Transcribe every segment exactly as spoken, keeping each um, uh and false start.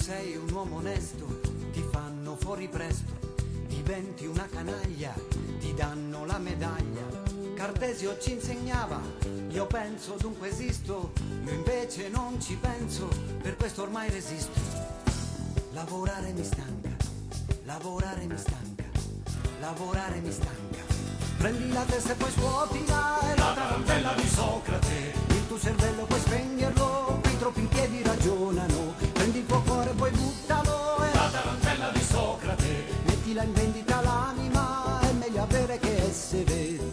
sei un uomo onesto, ti fanno fuori presto, diventi una canaglia, ti danno la medaglia. Cartesio ci insegnava, io penso dunque esisto, io invece non ci penso, per questo ormai resisto. Lavorare mi stanca, lavorare mi stanca, lavorare mi stanca. Prendi la testa e poi scuotila, è la tarantella di Socrate. Il tuo cervello puoi spegnerlo, qui troppi in piedi ragionano. Prendi il tuo cuore e poi buttalo, è la tarantella di Socrate. Mettila in vendita l'anima, è meglio avere che essere.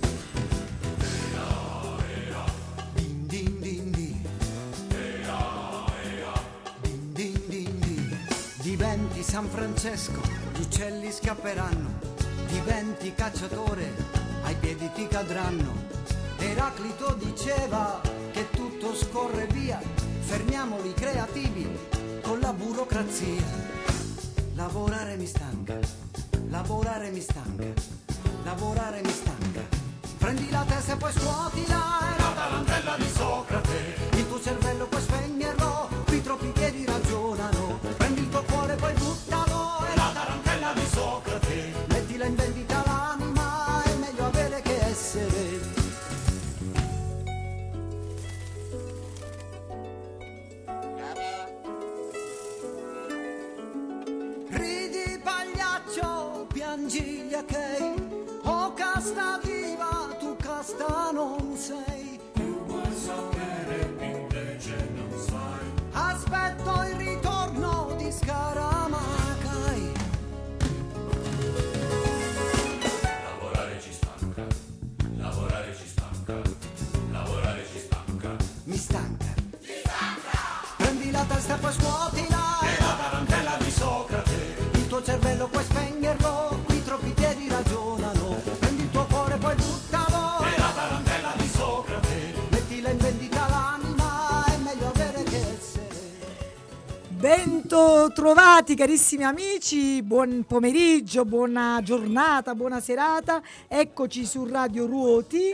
Din din din di. Din din din di. Diventi San Francesco, gli uccelli scapperanno. Diventi cacciatore, ai piedi ti cadranno. Eraclito diceva che tutto scorre via, fermiamoli creativi con la burocrazia. Lavorare mi stanca, lavorare mi stanca, lavorare mi stanca. Prendi la testa e poi scuotila, è la tarantella di Socrate. Il tuo cervello puoi spegnerlo, qui troppi piedi ragionano. Prendi il tuo cuore e poi buttalo, è la tarantella di Socrate. Mettila in vendita l'anima, è meglio avere che essere. Ridi pagliaccio, piangi gli achei, oh casta diva, tu casta non sei. Tu vuoi sapere, invece non sai. Aspetto il ritorno di Scaramacai. Lavorare ci stanca, lavorare ci stanca, lavorare ci stanca. Mi stanca. Mi stanca. Prendi la testa e poi scuotila, È la tarantella di Socrate. il tuo cervello puoi spegnerlo, qui troppi piedi ragionano. Prendi il tuo cuore e poi buttalo, È la tarantella di Socrate. mettila in vendita l'anima, è meglio avere che essere. Bento trovati carissimi amici, buon pomeriggio, buona giornata, buona serata. Eccoci su Radio Ruoti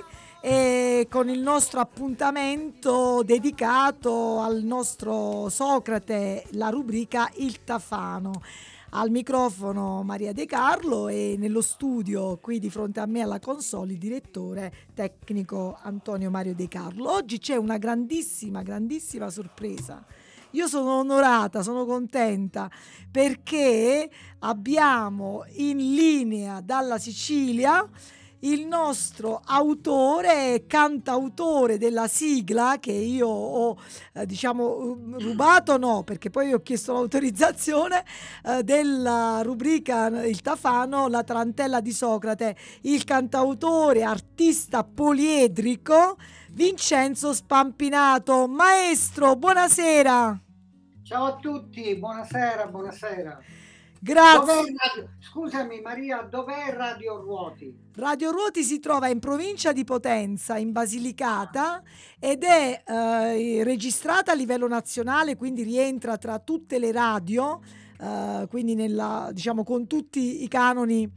e con il nostro appuntamento dedicato al nostro Socrate, la rubrica Il Tafano. Al microfono Maria De Carlo e nello studio qui di fronte a me alla console il direttore tecnico Antonio Mario De Carlo. Oggi c'è una grandissima, grandissima sorpresa. Io sono onorata, sono contenta perché abbiamo in linea dalla Sicilia il nostro autore e cantautore della sigla che io ho eh, diciamo rubato, no, perché poi ho chiesto l'autorizzazione eh, della rubrica Il Tafano, la tarantella di Socrate, il cantautore, artista poliedrico Vincenzo Spampinato. Maestro, buonasera. Ciao a tutti, buonasera, buonasera. Grazie. Dov'è Radio... Scusami Maria, dov'è Radio Ruoti? Radio Ruoti si trova in provincia di Potenza, in Basilicata, ed è eh, registrata a livello nazionale, quindi rientra tra tutte le radio, eh, quindi nella, diciamo, con tutti i canoni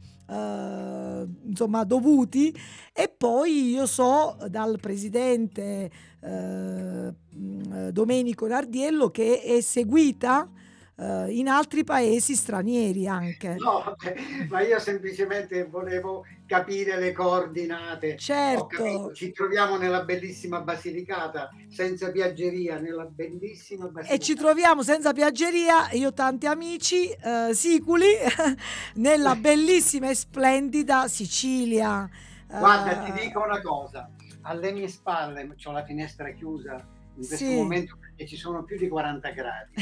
eh, insomma dovuti. E poi io so dal presidente eh, Domenico Nardiello che è seguita in altri paesi stranieri anche. No, vabbè, ma io semplicemente volevo capire le coordinate. Certo. Ho capito, ci troviamo nella bellissima Basilicata, senza piaggeria, nella bellissima Basilicata. E ci troviamo senza piaggeria, io ho tanti amici eh, siculi, nella bellissima e splendida Sicilia. Guarda, uh, ti dico una cosa, alle mie spalle c'ho la finestra chiusa in questo sì. momento perché ci sono più di quaranta gradi.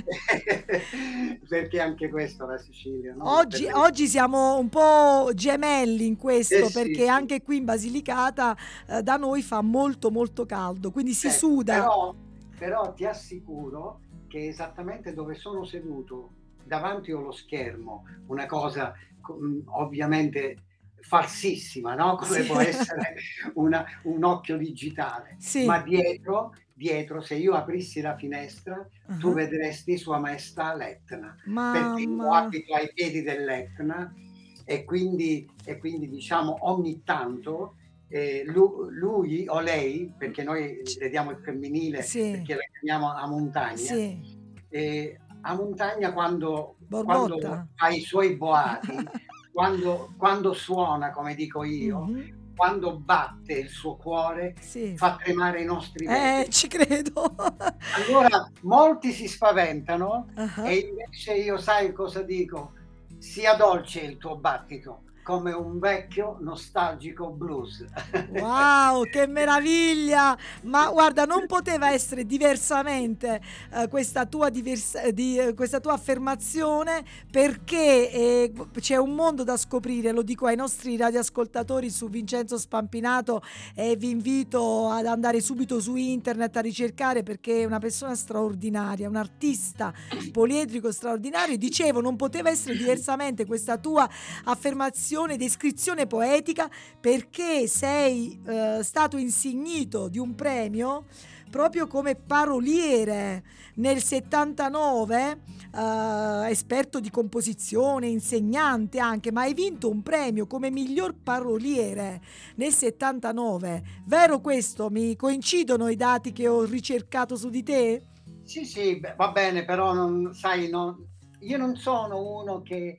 Perché anche questo la Sicilia, no? Oggi, Perché... oggi siamo un po' gemelli in questo, eh sì, perché sì. anche qui in Basilicata eh, da noi fa molto molto caldo, quindi si eh, suda. Però, però ti assicuro che esattamente dove sono seduto, davanti allo schermo, una cosa ovviamente falsissima, no? Come sì. può essere una, un occhio digitale, sì. ma dietro, dietro, se io aprissi la finestra, uh-huh. tu vedresti Sua Maestà l'Etna, Mamma. perché io abito ai piedi dell'Etna e quindi, e quindi diciamo ogni tanto eh, lui, lui o lei, perché noi vediamo il femminile, sì. perché la chiamiamo a montagna, sì. eh, a montagna quando, quando Borbotta. fa i suoi boati, quando, quando suona, come dico io, Mhm. quando batte il suo cuore, Sì. fa tremare i nostri Eh, vetri. ci credo. Allora molti si spaventano Ah-ah. e invece io sai cosa dico? Sia dolce il tuo battito, come un vecchio nostalgico blues. Wow, che meraviglia! Ma guarda, non poteva essere diversamente eh, questa tua divers- eh, di- eh, questa tua affermazione, perché eh, c'è un mondo da scoprire, lo dico ai nostri radioascoltatori su Vincenzo Spampinato, e vi invito ad andare subito su internet a ricercare, perché è una persona straordinaria, un artista poliedrico straordinario. E dicevo, non poteva essere diversamente questa tua affermazione, descrizione poetica, perché sei eh, stato insignito di un premio proprio come paroliere nel settantanove, eh, esperto di composizione, insegnante anche, ma hai vinto un premio come miglior paroliere nel settantanove. Vero questo? Mi coincidono i dati che ho ricercato su di te? Sì, sì, beh, va bene, però non, sai, non- io non sono uno che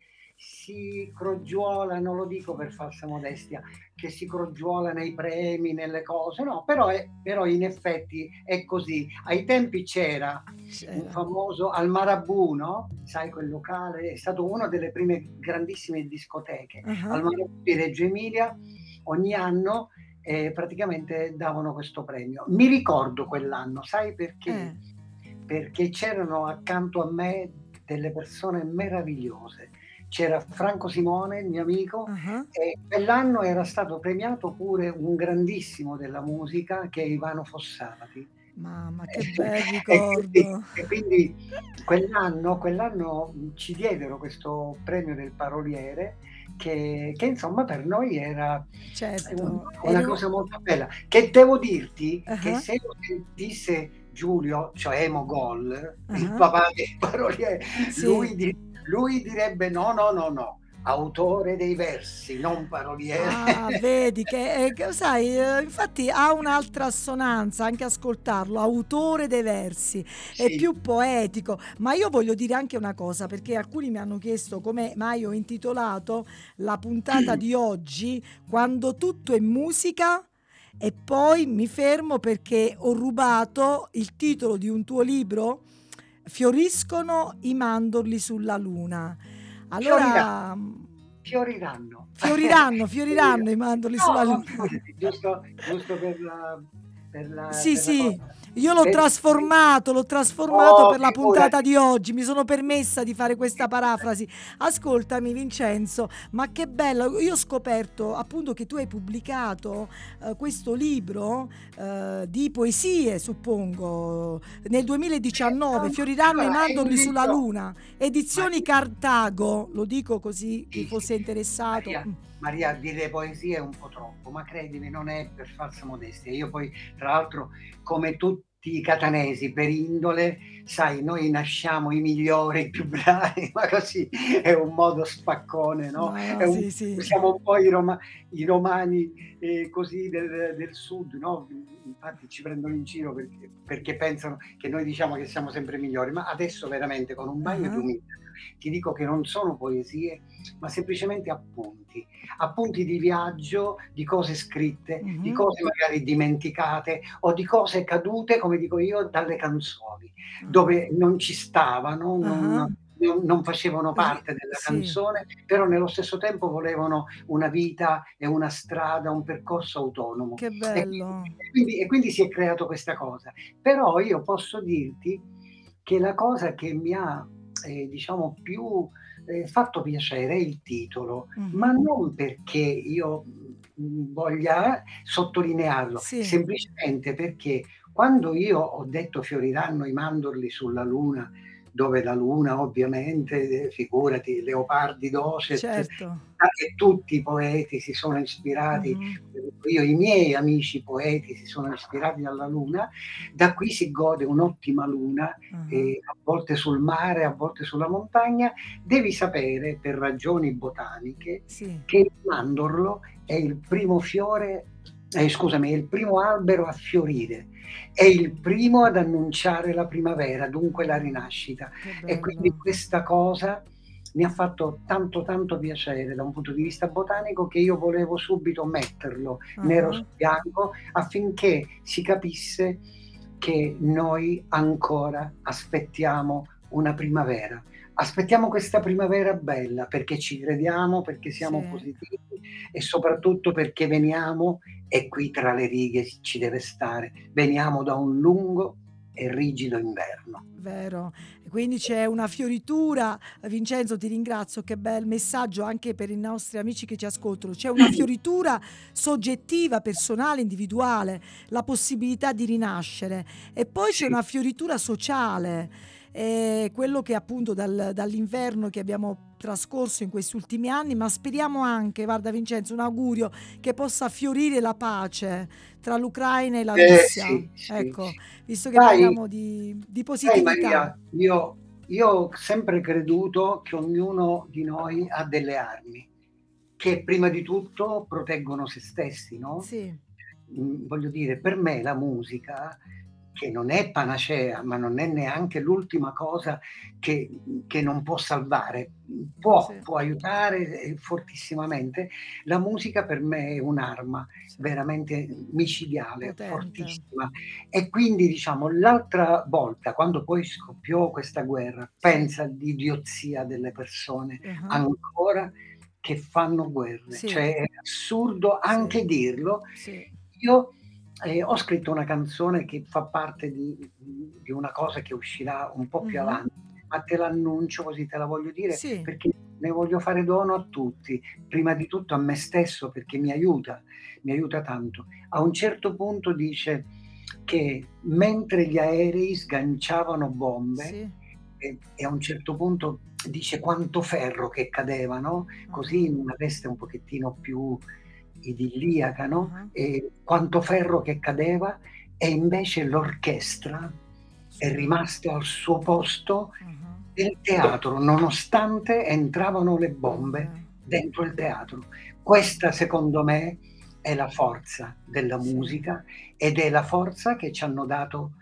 si crogiuola, non lo dico per falsa modestia, che si crogiuola nei premi, nelle cose, no, però, è, però in effetti è così. Ai tempi c'era un C'era. famoso al Marabù, no? Sai, quel locale, è stato una delle prime grandissime discoteche. Al Ah, Marabù di Reggio Emilia ogni anno eh, praticamente davano questo premio. Mi ricordo quell'anno, sai perché? eh, Perché c'erano accanto a me delle persone meravigliose. C'era Franco Simone, il mio amico, ah. e quell'anno era stato premiato pure un grandissimo della musica che è Ivano Fossati. Mamma, che bel E quindi, ricordo. e quindi quell'anno, quell'anno ci diedero questo premio del paroliere che, che insomma per noi era un- Certo, una eri un... cosa molto bella. Che devo dirti che Ah, se lo sentisse Giulio, cioè Emo Gol, il ah. papà del paroliere, Sì. lui, di- lui direbbe no, no, no, no, autore dei versi, non paroliere. Ah, vedi che, eh, che sai, eh, infatti ha un'altra assonanza anche ascoltarlo, autore dei versi, è Sì. più poetico. Ma io voglio dire anche una cosa, perché alcuni mi hanno chiesto come mai ho intitolato la puntata di oggi Quando tutto è musica. E poi mi fermo perché ho rubato il titolo di un tuo libro, Fioriscono i mandorli sulla luna. Fiorirà, Allora, fioriranno. fioriranno, Fioriranno. fioriranno i mandorli sulla No, ma luna. figurati, giusto, giusto per la, per la, Sì, per la sì, cosa. io l'ho Per- trasformato, l'ho trasformato oh, per la puntata figurati. di oggi, mi sono permessa di fare questa parafrasi. Ascoltami Vincenzo, ma che bello, io ho scoperto appunto che tu hai pubblicato eh, questo libro eh, di poesie, suppongo, nel duemiladiciannove, No, Fioriranno i allora, è un mandorli sulla libro, luna, edizioni Maria, Cartago, lo dico così chi sì, sì, fosse interessato. Maria, Maria, dire poesia è un po' troppo, ma credimi, non è per falsa modestia. Io poi, tra l'altro, come tutti i catanesi, per indole, sai, noi nasciamo i migliori, i più bravi, ma così è un modo spaccone, no? No, È no, un- sì, sì. siamo un po' i, roma- i romani eh, così del, del sud, no? Infatti ci prendono in giro perché, perché pensano che noi diciamo che siamo sempre migliori, ma adesso veramente con un bagno di Ah, umiltà ti dico che non sono poesie, ma semplicemente appunti, appunti di viaggio, di cose scritte, di mhm. cose magari dimenticate o di cose cadute, come dico io, dalle canzoni, Ah, dove non ci stavano, non, ah. non- non facevano Ri- parte della sì, canzone, però nello stesso tempo volevano una vita e una strada, un percorso autonomo. che E quindi, bello. e quindi- e quindi si è creato questa cosa. Però io posso dirti che la cosa che mi ha, eh, diciamo, più eh, fatto piacere è il titolo, ma Mhm. non perché io mh, voglia sottolinearlo, Sì, semplicemente perché quando io ho detto fioriranno i mandorli sulla luna, dove la luna ovviamente, eh, figurati, Leopardi Docet, certo. e tutti i poeti si sono ispirati, Mhm. io i miei amici poeti si sono ispirati dalla luna, da qui si gode un'ottima luna, Ah, eh, a volte sul mare, a volte sulla montagna. Devi sapere, per ragioni botaniche, sì. che il mandorlo è il primo fiore eh, scusami, è il primo albero a fiorire, è il primo ad annunciare la primavera, dunque la rinascita. Che E quindi bello. questa cosa mi ha fatto tanto tanto piacere da un punto di vista botanico, che io volevo subito metterlo nero su Ah-ah. bianco affinché si capisse che noi ancora aspettiamo una primavera. Aspettiamo questa primavera bella perché ci crediamo, perché siamo Sì. positivi e soprattutto perché veniamo, e qui tra le righe ci deve stare, veniamo da un lungo e rigido inverno. Vero. E quindi c'è una fioritura. Vincenzo, ti ringrazio, che bel messaggio anche per i nostri amici che ci ascoltano. C'è una fioritura soggettiva, personale, individuale, la possibilità di rinascere. E poi c'è Sì, una fioritura sociale, eh, quello che appunto dal- dall'inverno che abbiamo trascorso in questi ultimi anni, ma speriamo anche, guarda Vincenzo, un augurio che possa fiorire la pace tra l'Ucraina e la eh, Russia. sì, sì, Ecco, sì. visto che Sai parliamo di, di sai positività. Maria, io io ho sempre creduto che ognuno di noi ha delle armi, che prima di tutto proteggono se stessi, no, Sì, mhmm, voglio dire, per me la musica, che non è panacea, ma non è neanche l'ultima cosa che mhmm, che non può salvare, mhmm, può sì, può aiutare, ehm, fortissimamente. La musica per me è un'arma sì, veramente micidiale, potente. fortissima. E quindi diciamo l'altra volta, quando poi scoppiò questa guerra, Sì, pensa all'idiozia delle persone ah-ah, ancora che fanno guerre, sì, cioè è assurdo sì, anche dirlo. sì, Io, ehm, ho scritto una canzone che fa parte di mhmm, di una cosa che uscirà un po' più mh-mh, avanti, ma te l'annuncio così te la voglio dire, sì, perché ne voglio fare dono a tutti, prima di tutto a me stesso perché mi aiuta, mi aiuta tanto. A un certo punto dice che mentre gli aerei sganciavano bombe, sì, e e a un certo punto dice quanto ferro che cadeva, no, così ah-ah, in una veste un pochettino più idilliaca, no, ah-ah, e quanto ferro che cadeva, e invece l'orchestra è suonava, rimasto al suo posto ah-ah, nel teatro, nonostante entravano le bombe, bombe dentro il teatro. Questa secondo me è la forza della sì, musica ed è la forza che ci hanno dato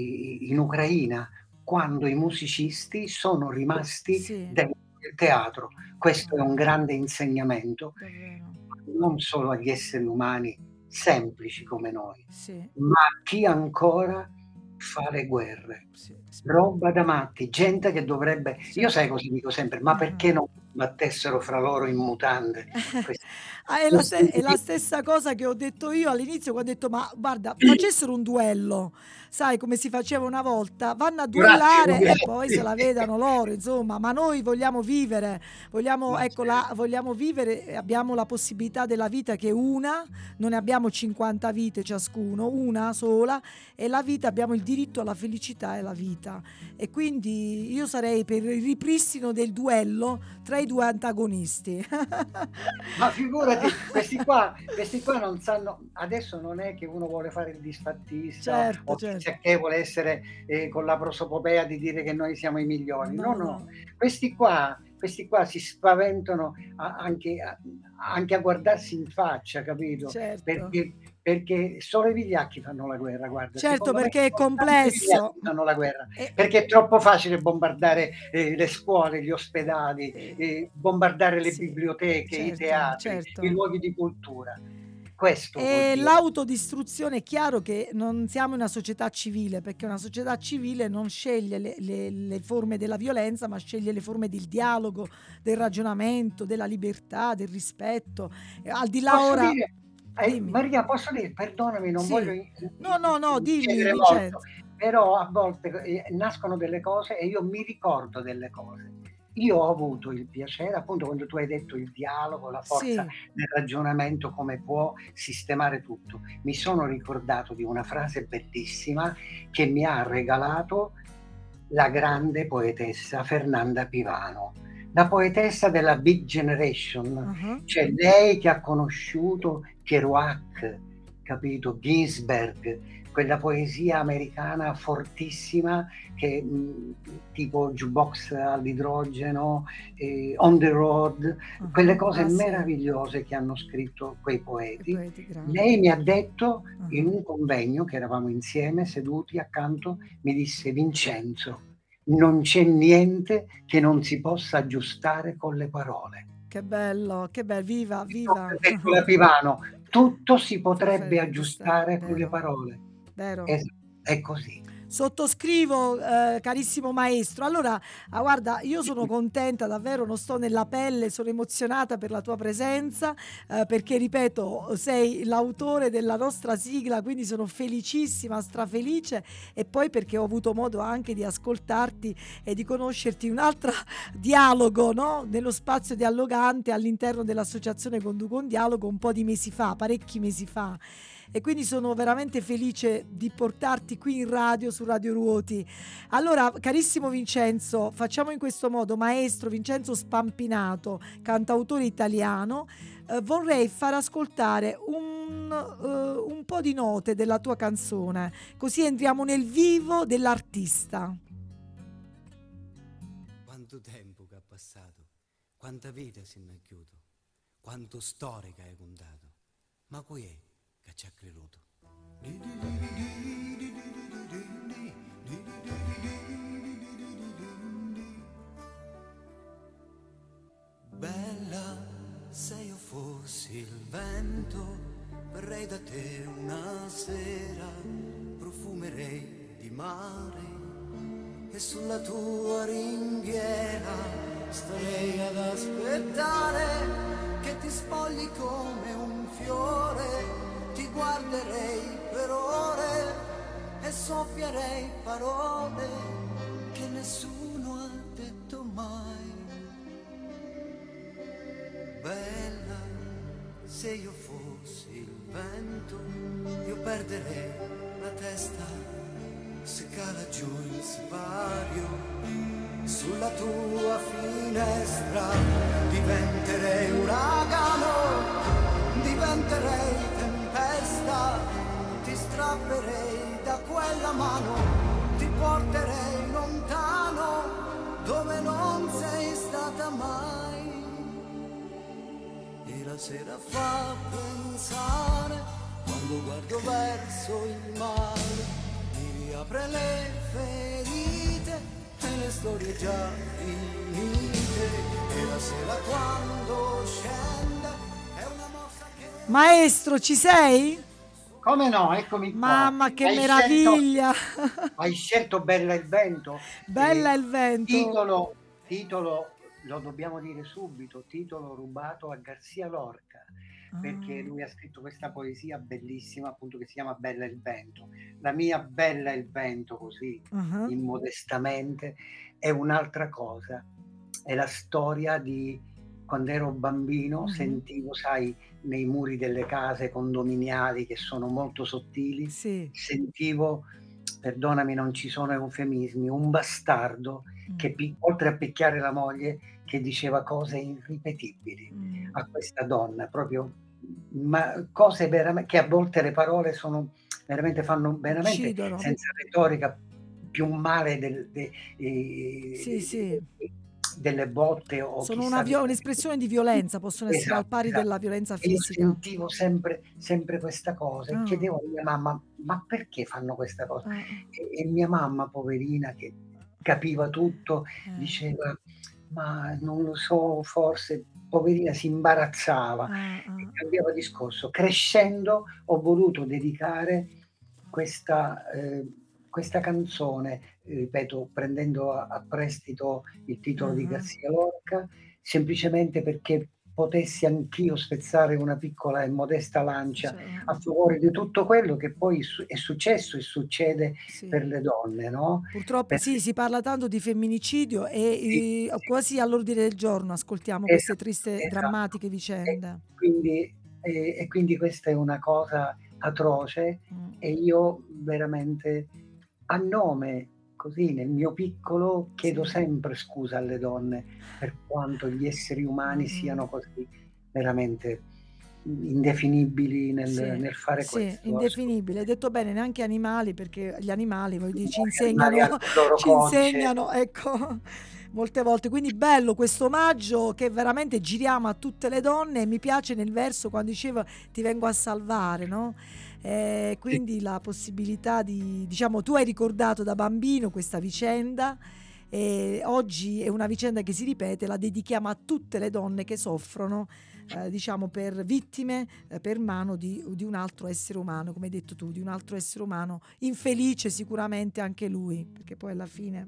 i in Ucraina, quando i musicisti sono rimasti sì, dentro il teatro. Questo è un ah-ah, grande insegnamento, davvero, non solo agli esseri umani semplici come noi, sì, ma a chi ancora fa le guerre. sì, s Roba da matti, gente che dovrebbe, io sai certo, cosa dico sempre: "Ma ah-ah. perché non battessero fra loro in mutande?" Questi Ah, è la ste questi è la stessa cosa che ho detto io all'inizio quando ho detto: "Ma guarda, facessero un duello, sai come si faceva una volta, vanno a Grazie, duellare e poi se la vedano loro insomma, ma noi vogliamo vivere, vogliamo ma ecco la certo. vogliamo vivere e abbiamo la possibilità della vita che è una, non ne abbiamo cinquanta vite ciascuno, una sola e la vita abbiamo il diritto alla felicità e alla vita. E quindi io sarei per il ripristino del duello tra i due antagonisti." Ma figurati, questi qua questi qua non sanno, adesso non è che uno vuole fare il disfattista Certo, o chissà certo. che, vuole essere, ehm, con la prosopopea di dire che noi siamo i migliori. No, No, no, no. questi qua questi qua si spaventano a anche a anche a guardarsi in faccia, capito? Certo. Perché perché solo i vigliacchi fanno la guerra, guarda, Certo, secondo me perché è soltanto i complesso. vigliacchi Mh, fanno la guerra, e perché è troppo facile bombardare, ehm, le scuole, gli ospedali, e ehm, bombardare le sì, biblioteche, i certo, teatri, i certo. luoghi di cultura. Questo vuol E dire. l'autodistruzione è chiaro che non siamo una società civile, perché una società civile non sceglie le le le forme della violenza, ma sceglie le forme del dialogo, del ragionamento, della libertà, del rispetto. E al di là Posso ora dire, eh, dimmi. Maria, posso dire, perdonami, non voglio Sì. in No, no, no, in dimmi incidere molto, Vincenzo. però a volte, ehm, nascono delle cose e io mi ricordo delle cose. Io ho avuto il piacere, appunto, quando tu hai detto il dialogo, la forza Sì, del ragionamento, come può sistemare tutto. Mi sono ricordato di una frase bellissima che mi ha regalato la grande poetessa Fernanda Pivano, la poetessa della Big Generation, ah-ah, cioè lei che ha conosciuto Kerouac, capito? Ginsberg, quella poesia americana fortissima che mh, tipo Jukebox all'idrogeno, eh, On the Road, quelle Ah, cose ah, sì, meravigliose che hanno scritto quei che poeti. poeti grandi. Lei mi ha detto in Ah, un convegno che eravamo insieme seduti accanto, mi disse: Vincenzo, non c'è niente che non si possa aggiustare con le parole. che bello, che bello, viva, viva. Piccola Pivano, tutto si Perfetto, potrebbe aggiustare, aggiustare con le vero, parole. vero. Es- È così. Sottoscrivo, eh, carissimo maestro. Allora, ah, guarda, io sono contenta, davvero, non sto nella pelle, sono emozionata per la tua presenza, eh, perché, ripeto, sei l'autore della nostra sigla, quindi sono felicissima, strafelice, e poi perché ho avuto modo anche di ascoltarti e di conoscerti un altro dialogo, no? Nello spazio dialogante all'interno dell'associazione Conduco un Dialogo un po' di mesi fa, parecchi mesi fa. E quindi sono veramente felice di portarti qui in radio, su Radio Ruoti. Allora, carissimo Vincenzo, facciamo in questo modo, maestro Vincenzo Spampinato, cantautore italiano, eh, vorrei far ascoltare un, eh, un po' di note della tua canzone, così entriamo nel vivo dell'artista. Quanto tempo che ha passato, quanta vita si è innacchiuto, quanto storia che hai contato, ma qui è che ci ha creduto. Bella, se io fossi il vento, verrei da te una sera, profumerei di mare e sulla tua ringhiera starei ad aspettare che ti spogli come un fiore, ti guarderei per ore e soffierei parole che nessuno ha detto mai. Bella, se io fossi il vento, io perderei la testa se cala giù il sipario sulla tua finestra. Diventerei uragano, diventerei tempesta, ti strapperei da quella mano, ti porterei lontano dove non sei stata mai. E la sera fa pensare, quando guardo verso il mare, mi riapre le ferite e le storie già finite. E la sera quando scende è una mossa che... Maestro, ci sei? Come no, eccomi qua. Mamma, che Hai meraviglia! Scelto, hai scelto Bella il vento. Bella eh, il vento. Titolo, titolo, lo dobbiamo dire subito, titolo rubato a Garcia Lorca, perché Ah. lui ha scritto questa poesia bellissima, appunto, che si chiama Bella il vento. La mia Bella il vento, così, Uh-huh. immodestamente, è un'altra cosa. È la storia di quando ero bambino, Uh-huh. sentivo, sai, nei muri delle case condominiali che sono molto sottili, Sì. sentivo, perdonami, non ci sono eufemismi, un bastardo Mm. che pi- oltre a picchiare la moglie, che diceva cose irripetibili Mm. a questa donna, proprio, ma cose veramente che a volte le parole sono veramente, fanno veramente, Uccidono. senza retorica, più male del, de- eh, Sì, sì. delle botte o Sono chissà una di vio- che. un'espressione di violenza, possono essere al Esatto, pari esatto. della violenza E io fisica. sentivo sempre, sempre questa cosa e Ah, chiedevo a mia mamma: ma perché fanno questa cosa? ah, E, e mia mamma, poverina, che capiva tutto, eh, diceva: ma non lo so, forse, poverina, si imbarazzava ah, e ah. cambiava discorso. Crescendo ho voluto dedicare questa, eh, questa canzone, ripeto, prendendo a, a prestito il titolo di Ah. Garcia Lorca, semplicemente perché potessi anch'io spezzare una piccola e modesta lancia Cioè, a favore di tutto quello che poi su- è successo e succede sì. per le donne, no? Purtroppo sì, Perché si parla tanto di femminicidio e sì, eh, sì, quasi all'ordine del giorno ascoltiamo queste esatto, triste, esatto. drammatiche E vicende. quindi, e, e quindi questa è una cosa atroce Mm. e io veramente, a nome, così nel mio piccolo, chiedo Sì. sempre scusa alle donne per quanto gli esseri umani Mm-mm. siano così veramente indefinibili nel Sì, nel fare sì, questo, assolut indefinibile. Hai detto bene, neanche animali, perché gli animali, voglio dire, ci Gli animali insegnano hanno il loro ci codice. insegnano, ecco, molte volte. Quindi bello questo omaggio che veramente giriamo a tutte le donne e mi piace nel verso quando diceva: "Ti vengo a salvare", no, ehm, Sì. quindi la possibilità di diciamo, tu hai ricordato da bambino questa vicenda e oggi è una vicenda che si ripete, la dedichiamo a tutte le donne che soffrono, ehm, diciamo per vittime, ehm, per mano di di un altro essere umano, come hai detto tu, di un altro essere umano infelice sicuramente anche lui, perché poi alla fine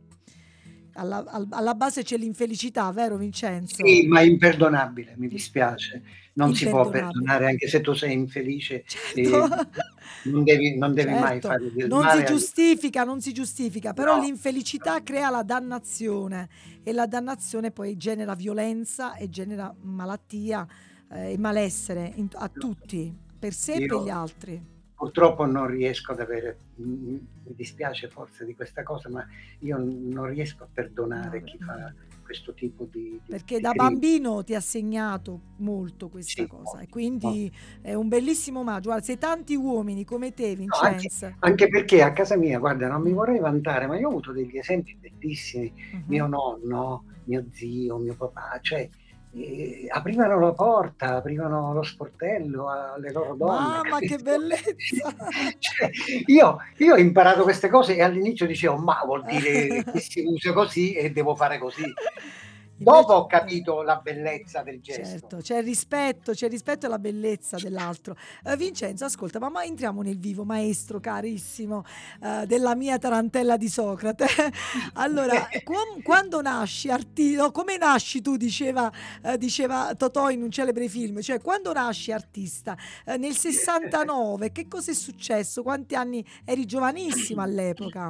alla al alla base c'è l'infelicità, vero Vincenzo? Sì, ma è imperdonabile, mi Mh. dispiace. Non si può Imperdonabile. perdonare anche se tu sei infelice, Certo. ehm, non devi non devi mai Certo, fare del non si male agli giustifica, non si giustifica, però no, l'infelicità crea la dannazione e la dannazione poi genera violenza e genera malattia, ehm, e malessere in a no. tutti, per sé e per gli Io altri. purtroppo non riesco ad avere mhmm, mi dispiace forse di questa cosa, ma io n non riesco a No, perdonare beh, chi fa mh. questo tipo di di Perché di da crimini. bambino ti ha segnato molto questa Sì, cosa e molto, molto. quindi è un bellissimo omaggio. Guarda, se tanti uomini come te, No, anche Vincenz anche perché a casa mia, guarda, non mi mh, vorrei vantare, ma io ho avuto degli esempi bellissimi. mh-mh. Mio nonno, mio zio, mio papà, cioè, ehm, aprivano la porta, aprivano lo sportello alle loro donne, Mamma che capito? bellezza! Cioè, io io ho imparato queste cose e all'inizio dicevo: "Mah, vuol dire che si usa così e devo fare così." Dopo Invece ho eh. capito la bellezza del gesto. Certo, c'è il rispetto, c'è il rispetto e la bellezza dell'altro. Ehm, Vincenzo ascolta, ma ma entriamo nel vivo, maestro carissimo, ehm, della mia tarantella di Socrate. Allora, com quando nasci arti no, come nasci tu diceva ehm, diceva Totò in un celebre film, cioè quando nasci artista, ehm, nel 'sessantanove che cosa è successo? Quanti anni eri giovanissimo all'epoca.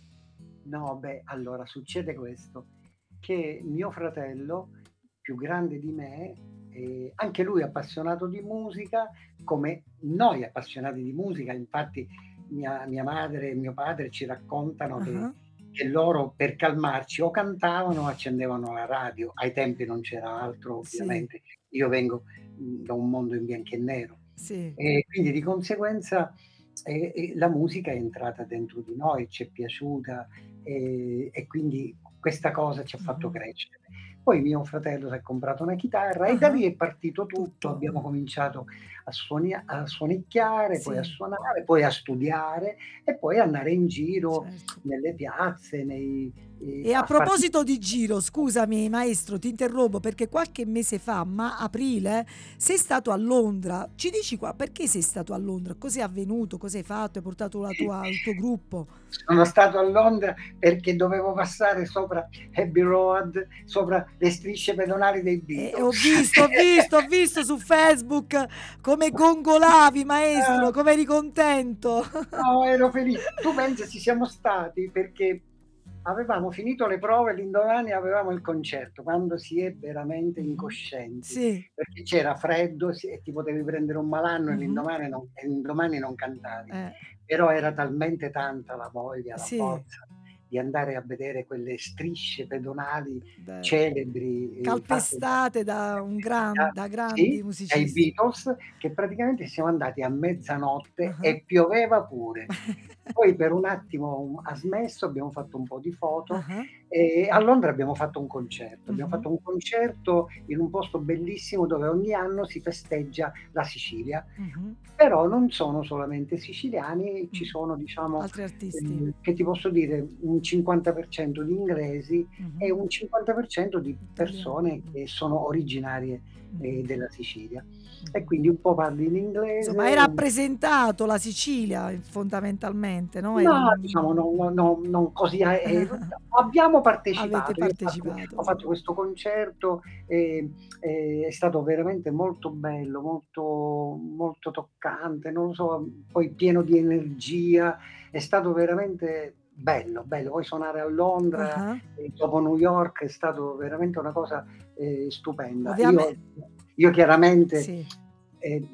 No, beh, allora succede questo, che mio fratello, più grande di me, ehm, anche lui appassionato di musica, come noi appassionati di musica, infatti mia mia madre e mio padre ci raccontano che Ah-ah, che loro per calmarci o cantavano o accendevano la radio. Ai tempi non c'era altro sì, ovviamente. Io vengo, mhmm, da un mondo in bianco e nero. sì. E quindi di conseguenza, ehm, ehm, la musica è entrata dentro di noi, ci è piaciuta, ehm, e quindi questa cosa ci ha fatto Mh-mh. crescere. Poi mio fratello s'è comprato una chitarra e da Ah-ah, lì è partito tutto. tutto, Abbiamo mh, cominciato a suonia a suonicchiare, poi a sì, suonare, poi a studiare e poi andare in giro certo. nelle piazze, nei ehm, E a a far proposito di giro, scusami maestro, ti interrompo perché qualche mese fa, ma aprile, sei stato a Londra. Ci dici qua perché sei stato a Londra? Cos'è avvenuto? Cosa hai fatto? Hai portato la sì. tua il tuo gruppo? Sono stato a Londra perché dovevo passare sopra Abbey Road, sopra le strisce pedonali dei E ho Beatles. visto, ho visto, ho visto su Facebook come gongolavi, maestro, Ah, come eri contento. no, ero feli tu pensa ci siamo stati perché avevamo finito le prove, l'indomani avevamo il concerto, quando si è veramente Mh-mh. incoscienti, Sì. perché c'era freddo si e ti potevi prendere un malanno e Mh-mh. l'indomani non e l'indomani non cantavi. Eh, Però era talmente tanta la voglia, la sì, forza di andare a vedere quelle strisce pedonali bello. celebri, ehm, fatte da Calpestate da un gran da da sì, grandi dai musicisti. Beatles, che praticamente siamo andati a mezzanotte Ah-ah. e pioveva pure. Poi per un attimo, mhmm, ha smesso, abbiamo fatto un po' di foto Ah-ah. e a Londra abbiamo fatto un concerto. Abbiamo Mh-mh. fatto un concerto in un posto bellissimo dove ogni anno si festeggia la Sicilia. Mh-mh. Però non sono solamente siciliani, ci Mh. sono diciamo, Altri artisti. ehm, che ti posso dire, un cinquanta per cento di inglesi e Mh-mh. un cinquanta per cento di Italiani. persone Mh. che sono originarie, Mh-mh. ehm, della Sicilia. E Mh-mh. quindi un po' parli in Insomma hai inglese, un rappresentato la Sicilia, ehm, fondamentalmente, no, eri no, diciamo un non non non non così a ehm, abbiamo avete partecipato. Io ho fatto ho partecipato. fatto questo concerto, ehm, ehm, è stato veramente molto bello, molto molto toccante, non lo so, poi pieno di energia. È stato veramente bello, bello. Poi suonare a Londra Ah-ah. e dopo New York è stato veramente una cosa, ehm, stupenda. Ovviame Io io chiaramente, sì. ehm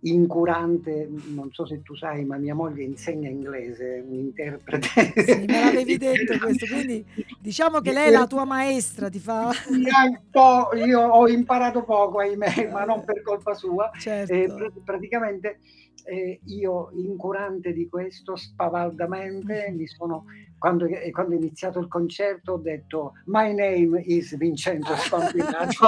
incurante, non so se tu sai, ma mia moglie insegna inglese, un interprete Sì, me l'avevi di detto questo, quindi diciamo che di lei è la quel tua maestra, ti fa sì, un po', io ho imparato poco ahimè, ma non Vabbè, per colpa sua. Ehm, pra certo. praticamente, ehm, io incurante di questo, spavaldamente, Mh-mh. mi sono quando e quando è iniziato il concerto ho detto: "My name is Vincenzo Spampinato"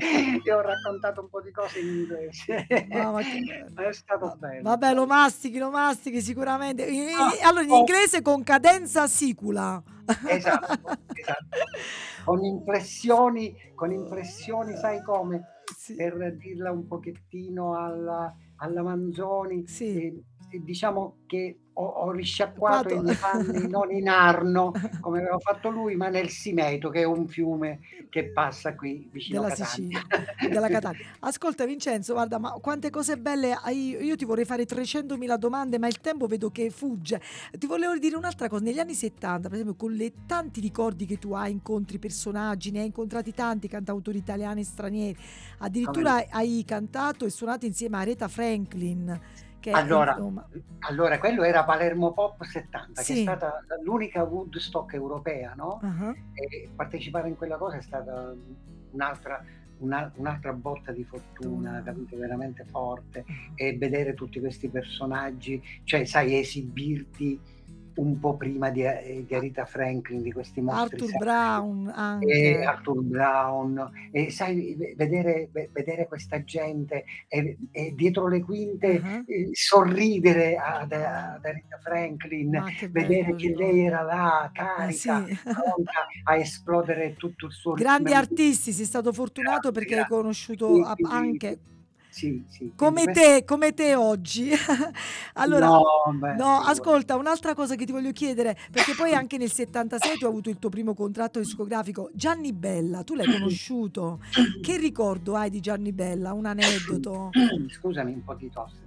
e ho raccontato un po' di cose in inglese. Mamma che bello. È stato Va bello, vabbè, lo bello. mastichi, lo mastichi sicuramente. I Ah, i allora in oh, inglese con cadenza sicula. esatto, esatto. Con inflessioni con inflessioni sai come? Sì, Per dirla un pochettino alla alla Manzoni, sì. ehm, e diciamo che ho ho risciacquato i Quato miei panni non in Arno, come aveva fatto lui, ma nel Simeto, che è un fiume che passa qui vicino Della Catania. Sicilia, della Catania. Ascolta Vincenzo, guarda, ma quante cose belle hai io ti vorrei fare trecentomila domande, ma il tempo vedo che fugge. Ti volevo dire un'altra cosa, negli anni 'settanta, per esempio, con le tanti ricordi che tu hai, incontri personaggi, ne hai incontrati tanti, cantautori italiani e stranieri, Come no. addirittura hai cantato e suonato insieme a Aretha Franklin, che è Allora insomma mhmm, allora quello era Palermo Pop 'settanta, che è sì, stata l'unica Woodstock europea, no, ah-ah, e partecipare in quella cosa è stata, mhmm, un'altra una un'altra botta di fortuna, fortuna. capito, veramente forte. Ah-ah. E vedere tutti questi personaggi, cioè sai esibirti un po' prima di e di A Aretha Franklin, di questi mostri Arthur sacri, Brown e anche. Arthur Brown, e sai ve vedere ve vedere questa gente e e dietro le quinte, Ah-ah. ehm, sorridere ad Ah, ad Aretha Franklin, ma che vedere bello che lei ricordo. era là, Eh carica, sì. pronta a esplodere tutto il suo Grandi ritmo. artisti, sei stato fortunato Grande, perché hai grande. conosciuto Sì, a quindi anche sì, sì, quindi come questo te, come te oggi. Allora no, beh, no, figurati. ascolta, un'altra cosa che ti voglio chiedere, perché poi anche nel 'settantasei tu hai avuto il tuo primo contratto discografico. Gianni Bella, tu l'hai conosciuto. Che ricordo hai di Gianni Bella? Un aneddoto? Scusami, un po' di tosse.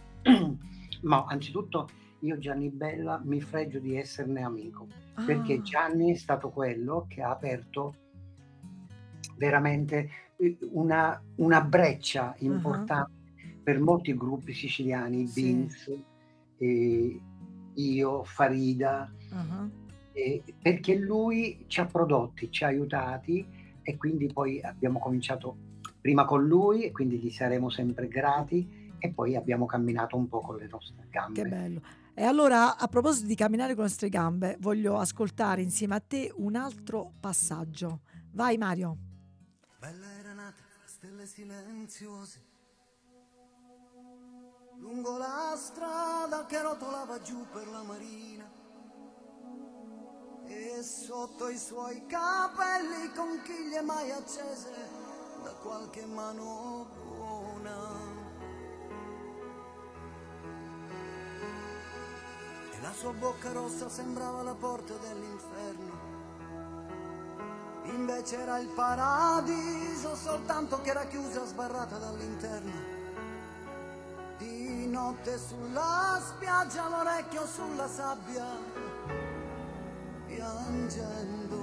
Ma anzitutto io Gianni Bella mi fregio di esserne amico, perché Ah, Gianni è stato quello che ha aperto veramente, uhm, una una breccia ah-ah, importante per molti gruppi siciliani, i sì, Beans, ehm, io, Farida, ah-ah. ehm, perché lui ci ha prodotti, ci ha aiutati e quindi poi abbiamo cominciato prima con lui e quindi gli saremo sempre grati e poi abbiamo camminato un po' con le nostre Che gambe. bello. E allora, a proposito di camminare con le nostre gambe, voglio ascoltare insieme a te un altro passaggio. Vai Mario. Bella era nata fra stelle silenziose, lungo la strada che rotolava giù per la marina, e sotto i suoi capelli conchiglie mai accese da qualche mano buona. E la sua bocca rossa sembrava la porta dell'inferno, invece era il paradiso, soltanto che era chiusa, sbarrata dall'interno. Di notte sulla spiaggia, l'orecchio sulla sabbia, piangendo.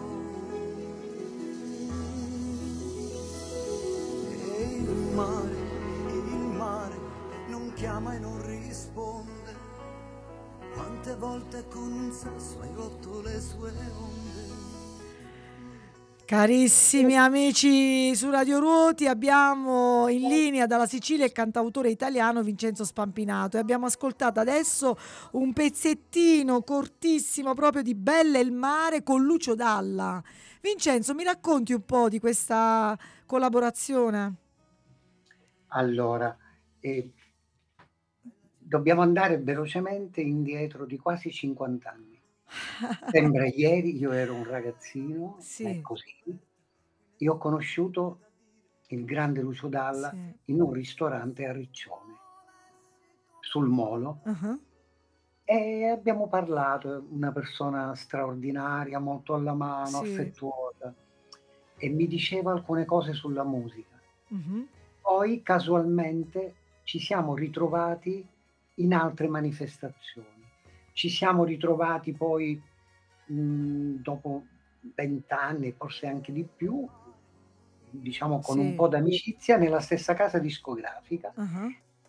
E il mare, il mare, non chiama e non risponde. Quante volte con un sasso hai rotto le sue onde. Carissimi amici su Radio Ruoti, abbiamo in linea dalla Sicilia il cantautore italiano Vincenzo Spampinato e abbiamo ascoltato adesso un pezzettino cortissimo proprio di Bella il mare con Lucio Dalla. Vincenzo, mi racconti un po' di questa collaborazione? Allora, ehm, dobbiamo andare velocemente indietro di quasi cinquanta anni. Sembra ieri, io ero un ragazzino, ma è Sì, così, e ho conosciuto il grande Lucio Dalla sì. in un ristorante a Riccione, sul Molo, Ah-ah. e abbiamo parlato, è una persona straordinaria, molto alla mano, Sì. affettuosa, e mi diceva alcune cose sulla musica. Mh-mh. Poi casualmente ci siamo ritrovati in altre manifestazioni. Ci siamo ritrovati poi, mhmm, dopo venti anni, forse anche di più, diciamo con un Sì. po' d'amicizia nella stessa casa discografica Ah-ah.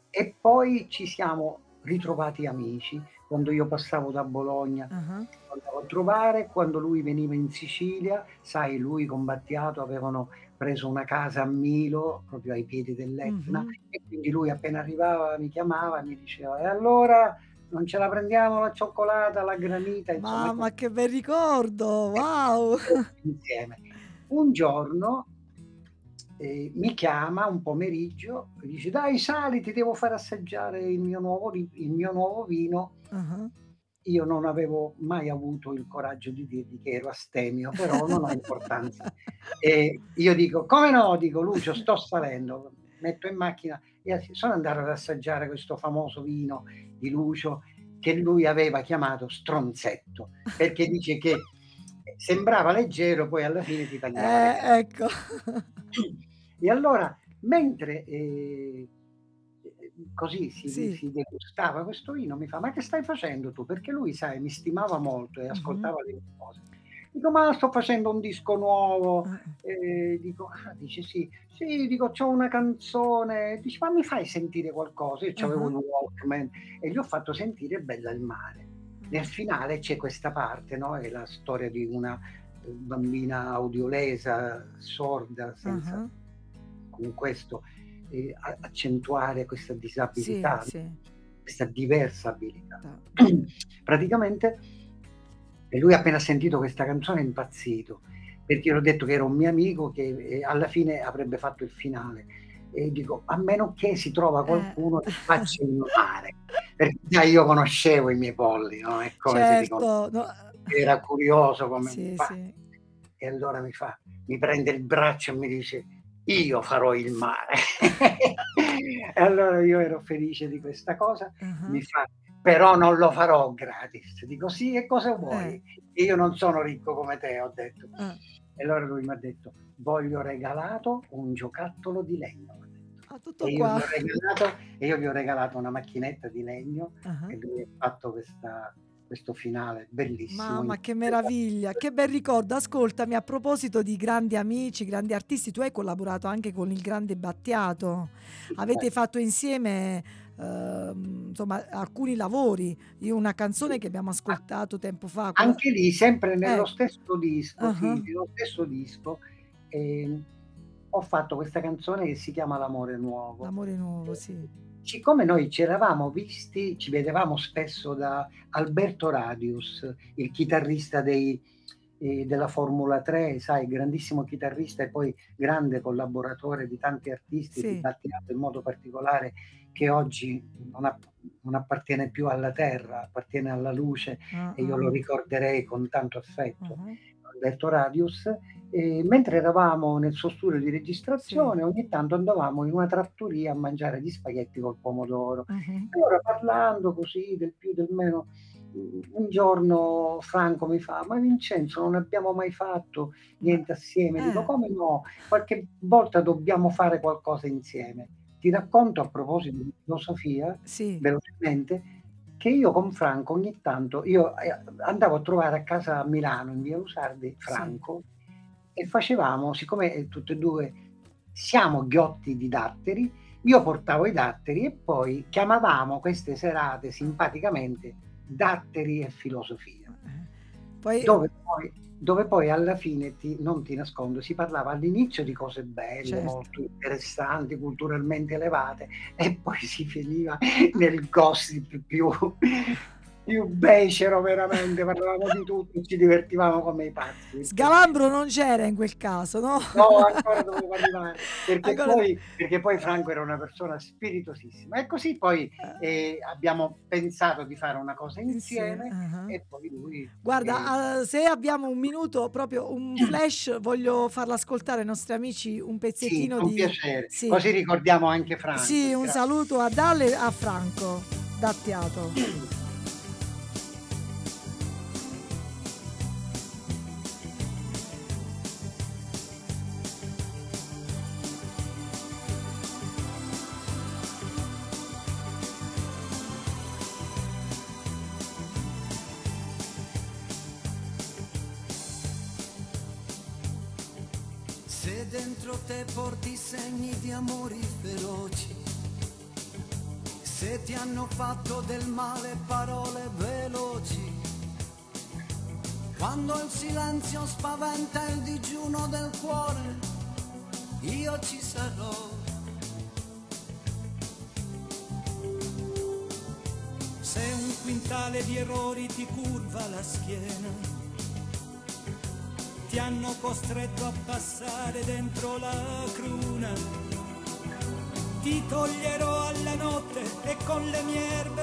E poi ci siamo ritrovati amici. Quando io passavo da Bologna Ah-ah. lo andavo a trovare, quando lui veniva in Sicilia, sai lui con Battiato avevano preso una casa a Milo, proprio ai piedi dell'Etna, Mh-mh. e quindi lui appena arrivava mi chiamava e mi diceva: "E allora non ce la prendiamo la cioccolata, la granita", insomma, e Mamma che bel ricordo, e wow. insieme. Un giorno, ehm, mi chiama un pomeriggio e dice: "Dai sali, ti devo far assaggiare il mio nuovo ri il mio nuovo vino". Ah-ah. Io non avevo mai avuto il coraggio di dirgli che ero astemio, però non ha importanza. E io dico: "Come no?" Dico: "Lucio, sto salendo." Metto in macchina e as sono andato ad assaggiare questo famoso vino di Lucio che lui aveva chiamato stronzetto, perché dice che, ehm, sembrava leggero, poi alla fine ti tagliava le gambe. Eh, ecco. E allora mentre, ehm, ehm, così si Sì. si degustava questo vino, mi fa: "Ma che stai facendo tu?" Perché lui sai mi stimava molto e Mh-mh. ascoltava le mie cose. Dico: "Ma sto facendo un disco nuovo." Ah-ah. Ehm, dico: "Ah." Dice: "Sì." "Sì." Dico: "C'ho una canzone." Dice: "Ma mi fai sentire qualcosa?" Io c'avevo Ah-ah. il Walkman e gli ho fatto sentire Bella al mare. Nel Ah. finale c'è questa parte, no, è la storia di una, uhm, bambina audiolesa, sorda, senza Ah-ah. con questo, ehm, a accentuare questa Sì, disabilità, sì. questa diversa abilità. Ta Praticamente e lui appena ha sentito questa canzone è impazzito, perché io l'ho detto che era un mio amico che, ehm, alla fine avrebbe fatto il finale. E dico: "A meno che si trova Eh. qualcuno che faccia il mare." Perché già io conoscevo i miei polli, no, è come se dico Certo, no era curioso come un sì, sì. pazzo. E allora mi fa mi prende il braccio e mi dice: "Io farò il mare." E allora io ero felice di questa cosa, Ah-ah. mi fa: "Però non lo farò gratis." Dico: "Sì, e cosa Eh. vuoi?" "Io non sono ricco come te", ho detto. Ah. E allora lui m'ha detto: "Voglio regalato un giocattolo di legno", m'ha detto. Ah, tutto E io qua. gli ho regalato e io gli ho regalato una macchinetta di legno Ah-ah. e lui ha fatto questa questo finale bellissimo. Mamma che meraviglia, che bel ricordo. Ascoltami, a proposito di grandi amici, grandi artisti, tu hai collaborato anche con il grande Battiato. Avete fatto insieme, uhm, insomma alcuni lavori. Io una canzone che abbiamo A ascoltato tempo fa, quella Anche lì, sempre nello eh. stesso disco, sì, Ah-ah. nello stesso disco, ehm, ho fatto questa canzone che si chiama "L'amore nuovo". L'amore nuovo, E sì. siccome noi ci eravamo visti ci vedevamo spesso da Alberto Radius, il chitarrista dei ehm, della Formula tre, sai, grandissimo chitarrista e poi grande collaboratore di tanti artisti, di Sì. Battiato in modo particolare, che oggi non app non appartiene più alla terra, appartiene alla luce Ah, e io ah, lo ah. ricorderei con tanto affetto. Ah-ah. Alberto Radius, e mentre eravamo nel suo studio di Sì. registrazione ogni tanto andavamo in una trattoria a mangiare gli spaghetti col pomodoro. Mh-mh. E allora parlando così del più del meno, mhmm, un giorno Franco mi fa: "Ma Vincenzo non abbiamo mai fatto Ma niente assieme." Dico: eh. "Come no? Qualche volta dobbiamo fare qualcosa insieme." Ti racconto a proposito di filosofia, Sì. velocemente, che io con Franco ogni tanto io, ehm, andavo a trovare a casa a Milano, in via Usardi, Sì. Franco e facevamo siccome, ehm, tutte e due siamo ghiotti di datteri, io portavo i datteri e poi chiamavamo queste serate simpaticamente "Datteri e filosofia." Eh. Poi, uhm Dove poi dove poi alla fine ti non ti nascondo, si parlava all'inizio di cose belle, certo. molto interessanti, culturalmente elevate e poi si finiva nel gossip più più becero veramente, parlavamo di tutto e ci divertivamo come i pazzi, perché Sgalambro non c'era in quel caso, no? no, ancora dovevo arrivare, perché Ancora poi perché poi Franco era una persona spiritosissima. E così poi, eh, ehm, abbiamo pensato di fare una cosa insieme, insieme ah-ah. e poi lui, ehm Guarda, uhm, se abbiamo un minuto, proprio un flash, voglio farlo ascoltare ai nostri amici un Sì, pezzettino con di piacere. sì, Così ricordiamo anche Franco, sì, il un gra saluto a Dalle e a Franco Battiato. Se dentro te porti segni di amori feroci, Se ti hanno fatto del male parole veloci, quando il silenzio spaventa il digiuno del cuore, io ci sarò. Se un quintale di errori ti curva la schiena, ti hanno costretto a passare dentro la cruna, ti toglierò alla notte e con le mie erbe.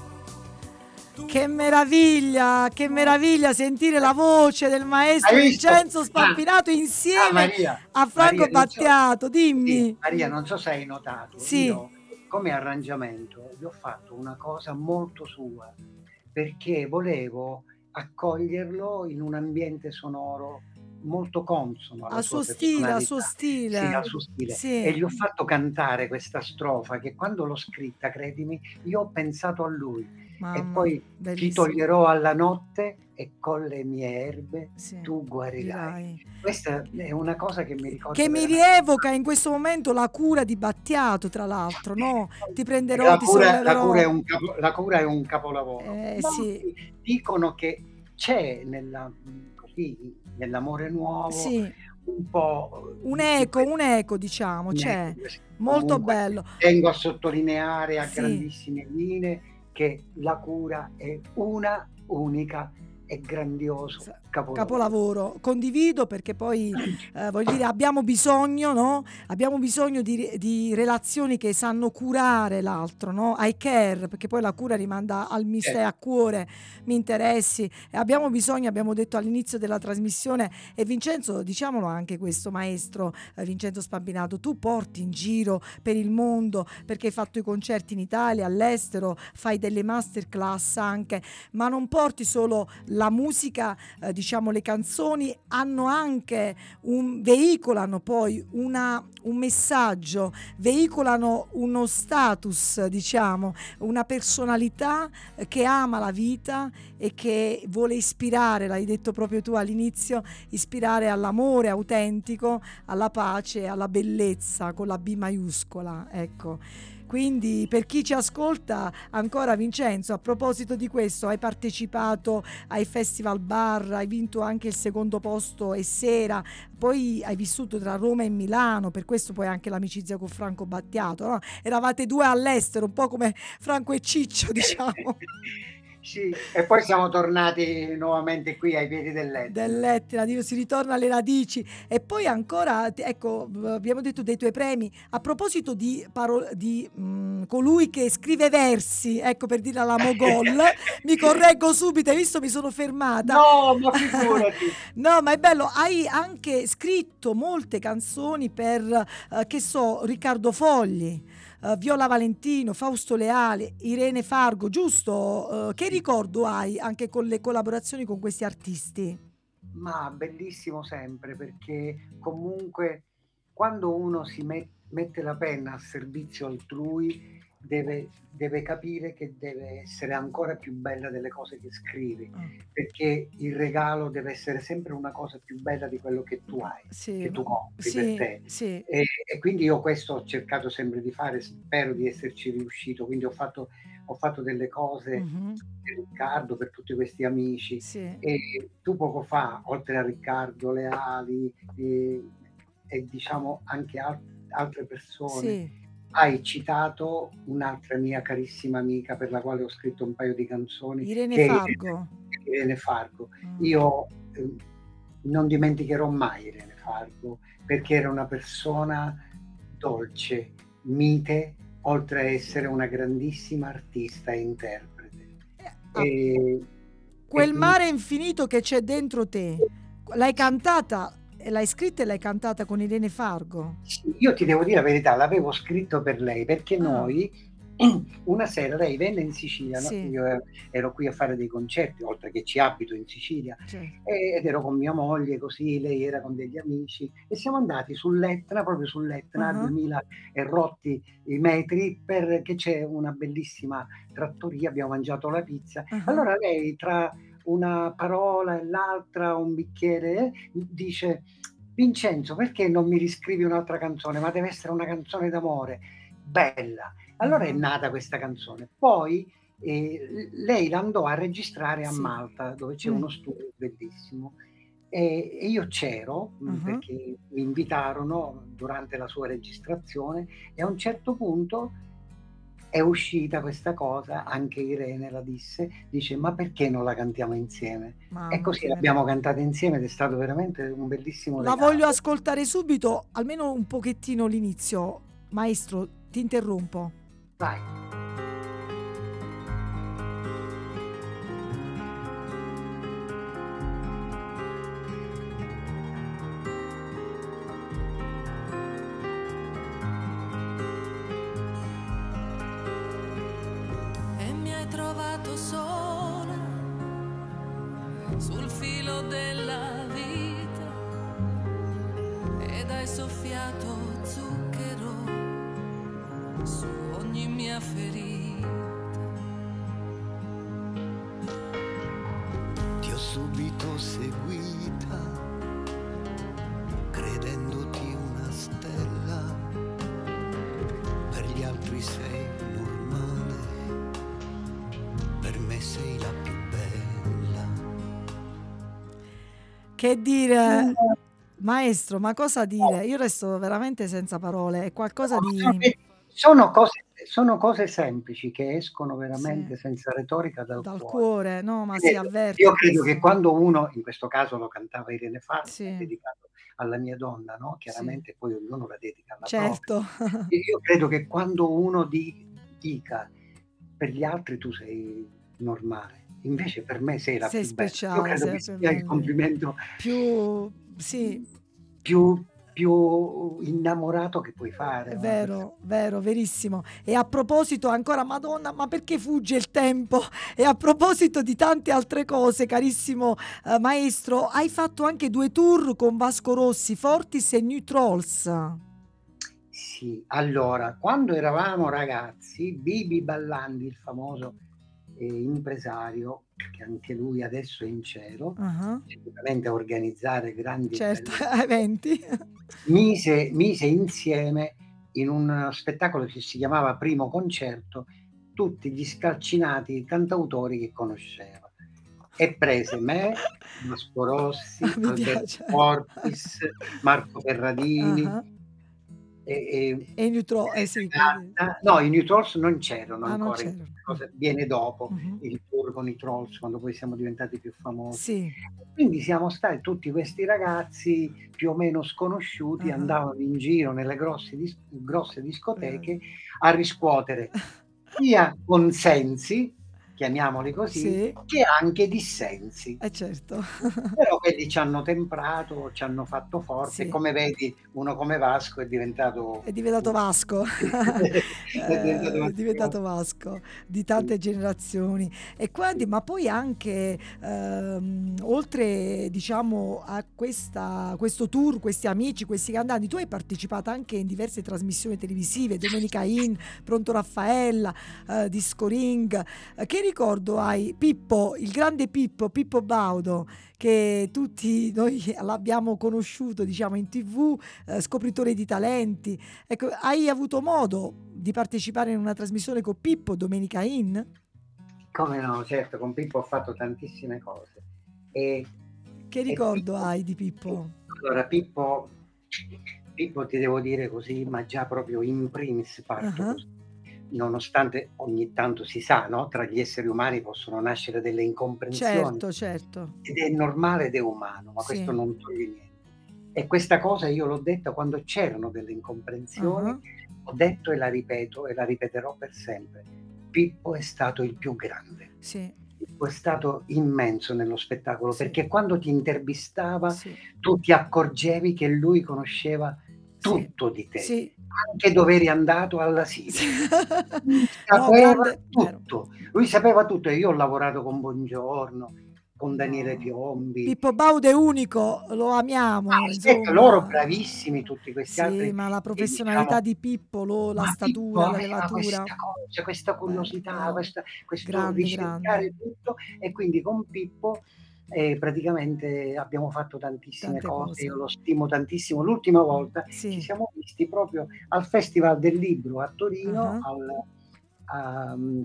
Che meraviglia, che meraviglia sentire la voce del maestro Hai visto? Vincenzo Spampinato Ah, insieme Maria, a Franco Maria, non so- Battiato. sì, Dimmi. Maria, non so se hai notato, Sì. io come arrangiamento gli ho fatto una cosa molto sua, perché volevo accoglierlo in un ambiente sonoro molto consono alla Al sua suo stile, al personalità. suo stile. Sì, al suo stile. Sì. E gli ho fatto cantare questa strofa che quando l'ho scritta, credimi, io ho pensato a lui. Mamma, E poi ti bellissimo. toglierò alla notte e con le mie erbe Sì, tu guarirai. dirai. Questa è una cosa che mi ricordo Che mi veramente. rievoca in questo momento la cura di Battiato, tra l'altro, no? Ti prenderò, La ti cura, la solleverò. cura è un capo- la cura è un capolavoro. Eh, Molti sì. dicono che c'è nella, così, nell'amore nuovo Sì. un po' Un di- eco, un eco, diciamo, un c'è. eco, sì. Molto Comunque, bello. tengo a sottolineare a Sì. grandissime linee che la cura è una unica e grandioso Sa- capolavoro. Capolavoro, condivido perché poi eh, voglio dire abbiamo bisogno, no? Abbiamo bisogno di, di relazioni che sanno curare l'altro, no? I care, perché poi la cura rimanda al mi stai a cuore, mi interessi e abbiamo bisogno, abbiamo detto all'inizio della trasmissione e Vincenzo, diciamolo anche questo maestro eh, Vincenzo Spampinato, tu porti in giro per il mondo perché hai fatto i concerti in Italia, all'estero, fai delle masterclass anche, ma non porti solo la musica, eh, diciamo le canzoni hanno anche un veicolano poi una, un messaggio, veicolano uno status, diciamo, una personalità eh, che ama la vita e che vuole ispirare, l'hai detto proprio tu all'inizio, ispirare all'amore autentico, alla pace, alla bellezza con la B maiuscola, ecco. Quindi per chi ci ascolta ancora Vincenzo, a proposito di questo, hai partecipato ai festival bar, hai vinto anche il secondo posto e sera, poi hai vissuto tra Roma e Milano, per questo poi anche l'amicizia con Franco Battiato, no? Eravate due all'estero, un po' come Franco e Ciccio, diciamo. Sì, e poi siamo tornati nuovamente qui ai piedi dell'Etna. Dell'Etna, Dio, si ritorna alle radici e poi ancora ti- ecco abbiamo detto dei tuoi premi a proposito di, paro- di mh, colui che scrive versi, ecco per dire alla Mogol mi correggo subito, hai visto mi sono fermata. No, ma figurati. No, ma è bello, hai anche scritto molte canzoni per eh, che so Riccardo Fogli, eh, Viola Valentino, Fausto Leale, Irene Fargo, giusto? Eh, che ricordo hai anche con le collaborazioni con questi artisti? Ma bellissimo sempre, perché comunque quando uno si met- mette la penna al servizio altrui deve, deve capire che deve essere ancora più bella delle cose che scrivi, Ah, perché il regalo deve essere sempre una cosa più bella di quello che tu hai, sì, che tu compri per sì, te. sì, E, e quindi io questo ho cercato sempre di fare, spero di esserci riuscito, quindi ho fatto, ho fatto delle cose mhm, per Riccardo, per tutti questi amici. sì, E tu poco fa, oltre a Riccardo Leali e, e diciamo anche al- altre persone, sì, hai citato un'altra mia carissima amica per la quale ho scritto un paio di canzoni, Irene che è Fargo. Irene, Irene Fargo. Ah, Io eh, non dimenticherò mai Irene Fargo perché era una persona dolce, mite, oltre a essere una grandissima artista e interprete. eh, ah, E, e quel quindi mare infinito che c'è dentro te, l'hai cantata, e l'hai scritta e l'hai cantata con Irene Fargo? sì, io ti devo dire la verità, l'avevo scritto per lei perché Ah, noi una sera lei venne in Sicilia, no? sì, Io ero, ero qui a fare dei concerti, oltre che ci abito in Sicilia, certo. e- ed ero con mia moglie, così lei era con degli amici e siamo andati sull'Etna, proprio sull'Etna, a Ah, duemila e rotti i metri, perché c'è una bellissima trattoria, abbiamo mangiato la pizza. ah, Allora lei tra una parola e l'altra, un bicchiere, eh, dice: Vincenzo, perché non mi riscrivi un'altra canzone? Ma deve essere una canzone d'amore, bella. Allora è Ah-ah. nata questa canzone. Poi eh, lei l'andò a registrare a Sì. Malta, dove c'è Mh. uno studio bellissimo. E, e io c'ero mh, Ah-ah. perché mi invitarono durante la sua registrazione e a un certo punto è uscita questa cosa, anche Irene la disse, dice ma perché non la cantiamo insieme? E Mamma così che merav l'abbiamo cantata insieme ed è stato veramente un bellissimo La voglio legame. ascoltare subito, almeno un pochettino l'inizio. Maestro, ti interrompo. Vai. E mi hai trovato sola sul filo della vita ed hai soffiato zucchero su ogni mia ferita. Ti ho subito seguita, credendoti una stella, per gli altri sei normale, per me sei la più bella. Che dire, maestro, ma cosa dire? Io resto veramente senza parole, è qualcosa di Sono cose, sono cose semplici che escono sì, veramente senza retorica dal dal cuore. cuore, no, ma si Credo- Io avverte credo che questo. quando uno, in questo caso lo cantava Irene Farmi, è Sì, dedicato alla mia donna, no? sì, Chiaramente poi ognuno la dedica alla propria. certo. E io credo che quando uno di- dica per gli altri tu sei normale, invece per me sei la Sei più bella. Io speciale, credo sei che la più sia il bella. complimento Più sì. più, più innamorato che puoi fare È a una persona. vero, vero, verissimo. E a proposito ancora, Madonna, ma perché fugge il tempo? E a proposito di tante altre cose, carissimo eh, maestro, hai fatto anche due tour con Vasco Rossi, Fortis e New Trolls. Sì, allora, quando eravamo ragazzi, Bibi Ballandi, il famoso eh, impresario, che anche lui adesso è in cielo, Ah, sicuramente a organizzare grandi e certo, belle eventi. mise, mise insieme in un spettacolo che si chiamava Primo Concerto tutti gli scalcinati cantautori che conosceva e prese me, Vasco Rossi, Mi Alberto piace. Fortis, Marco Ferradini Ah, e, e e New Trolls, eh sì, quelli- Teresa Gatta. No, i New Trolls non c'erano ah, non ancora in c'erano. queste Mm. cose, viene dopo Mhm. il tour con i Trolls, quando poi siamo diventati più famosi. Sì. Quindi siamo stati tutti questi ragazzi più o meno sconosciuti, Ah, andavano in giro nelle grosse, dis- grosse eh, discoteche a riscuotere sia consensi, chiamiamoli così, sì, che anche dissensi. eh certo. Però quelli ci hanno temprato, ci hanno fatto forte. Sì. Come vedi, uno come Vasco è diventato È diventato Vasco, è diventato eh, è diventato Vasco. Vasco di Sì, tante generazioni. E quindi, sì. ma poi anche ehm, oltre diciamo a questa, questo tour, questi amici, questi cantanti, tu hai partecipato anche in diverse trasmissioni televisive, Domenica In, Pronto Raffaella, eh, Disco Ring. Eh, che ricordo hai? Pippo, il grande Pippo, Pippo Baudo, che tutti noi l'abbiamo conosciuto, diciamo, in tivù, eh, scopritore di talenti. Ecco, hai avuto modo di partecipare in una trasmissione con Pippo, Domenica In? Come no, certo, con Pippo ho fatto tantissime cose. E, Che e ricordo Pippo, hai di Pippo? allora Pippo, Pippo ti devo dire così, ma già proprio in primis parto Ah, così. Nonostante ogni tanto si sa, no? Tra gli esseri umani possono nascere delle incomprensioni certo, certo. ed è normale ed è umano, ma questo Sì. non toglie niente. E questa cosa io l'ho detta quando c'erano delle incomprensioni, Ah, ho detto e la ripeto e la ripeterò per sempre. Pippo è stato il più grande. sì, Pippo è stato immenso nello spettacolo sì, perché quando ti intervistava sì, tu ti accorgevi che lui conosceva sì, tutto di te, sì. anche dove eri andato Sì. all'asilo. Lui No, sapeva grande, vero. tutto, lui sapeva tutto e io ho lavorato con Bongiorno, con Daniele No. Piombi. Pippo Baudo è unico, lo Ah, amiamo, aspetta, loro insomma. bravissimi, tutti questi Sì, altri, ma la e professionalità diciamo, di Pippo, lo- la ma Pippo statura, la aveva levatura. questa cosa, questa Vero, curiosità, vero. questa, questo Grande, grande. ricercare tutto, e quindi con Pippo e praticamente abbiamo fatto tantissime Tante cose, cose. io lo stimo tantissimo. L'ultima volta ci Sì. siamo visti proprio al Festival del Libro a Torino, Ah-ah. al a mhmm,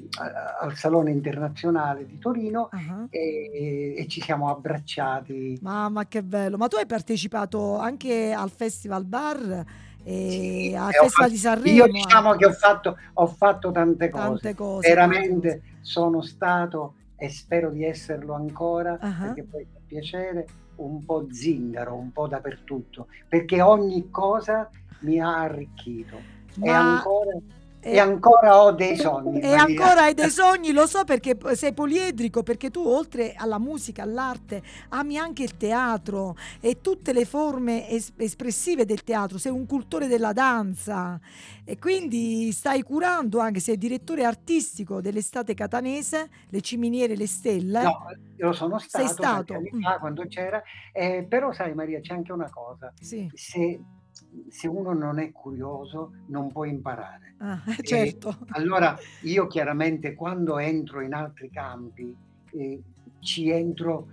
a al Salone Internazionale di Torino, Ah-ah. e e ci siamo abbracciati. Mamma che bello. Ma tu hai partecipato anche al Festival Bar Sì, e al e ho fa Festival di io Sanremo diciamo anche? che ho fatto ho fatto tante cose. Tante cose, tante cose. Veramente sono stato, e spero di esserlo ancora, Ah-ah. perché poi fa piacere, un po' zingaro, un po' dappertutto, perché ogni cosa mi ha arricchito. E Ma ancora e e ancora ho dei sogni, E Maria. ancora hai dei sogni, lo so perché p sei poliedrico, perché tu oltre alla musica, all'arte, ami anche il teatro e tutte le forme es espressive del teatro, sei un cultore della danza e quindi stai curando, anche sei direttore artistico dell'Estate Catanese, Le Ciminiere e le Stelle. No, io lo sono Sei stato tanti stato? anni Mh, fa quando c'era, ehm, però sai Maria, c'è anche una cosa: sì. se se uno non è curioso non può imparare. Ah, E certo. allora io chiaramente quando entro in altri campi, ehm, ci entro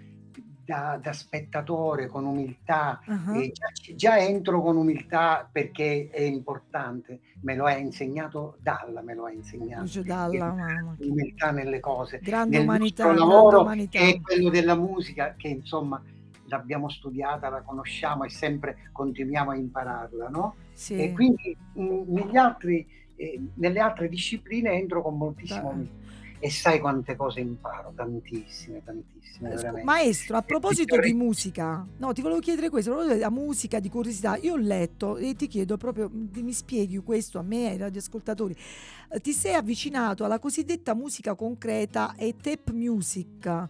da da spettatore con umiltà, Ah-ah. e già ci già entro con umiltà perché è importante, me lo ha insegnato Dalla, me lo ha insegnato, Lucio di Dalla, entrare mamma con che umiltà nelle cose. grande Nel nostro umanità, grande lavoro, che umanità. è quello della musica, che insomma l'abbiamo studiata, la conosciamo e sempre continuiamo a impararla, no, e Sì. quindi, mhmm, negli altri ehm, nelle altre discipline entro con moltissima Da umiltà. E sai quante cose imparo? Tantissime, tantissime, Eh, scu veramente. maestro, a E ti proposito di vorrei musica, no, ti volevo chiedere questo, a proposito della musica, di curiosità, io ho letto e ti chiedo proprio, mhmm, di mi spieghi questo a me e ai radioascoltatori. Ehm, ti sei avvicinato alla cosiddetta musica concreta e tape music, ehm,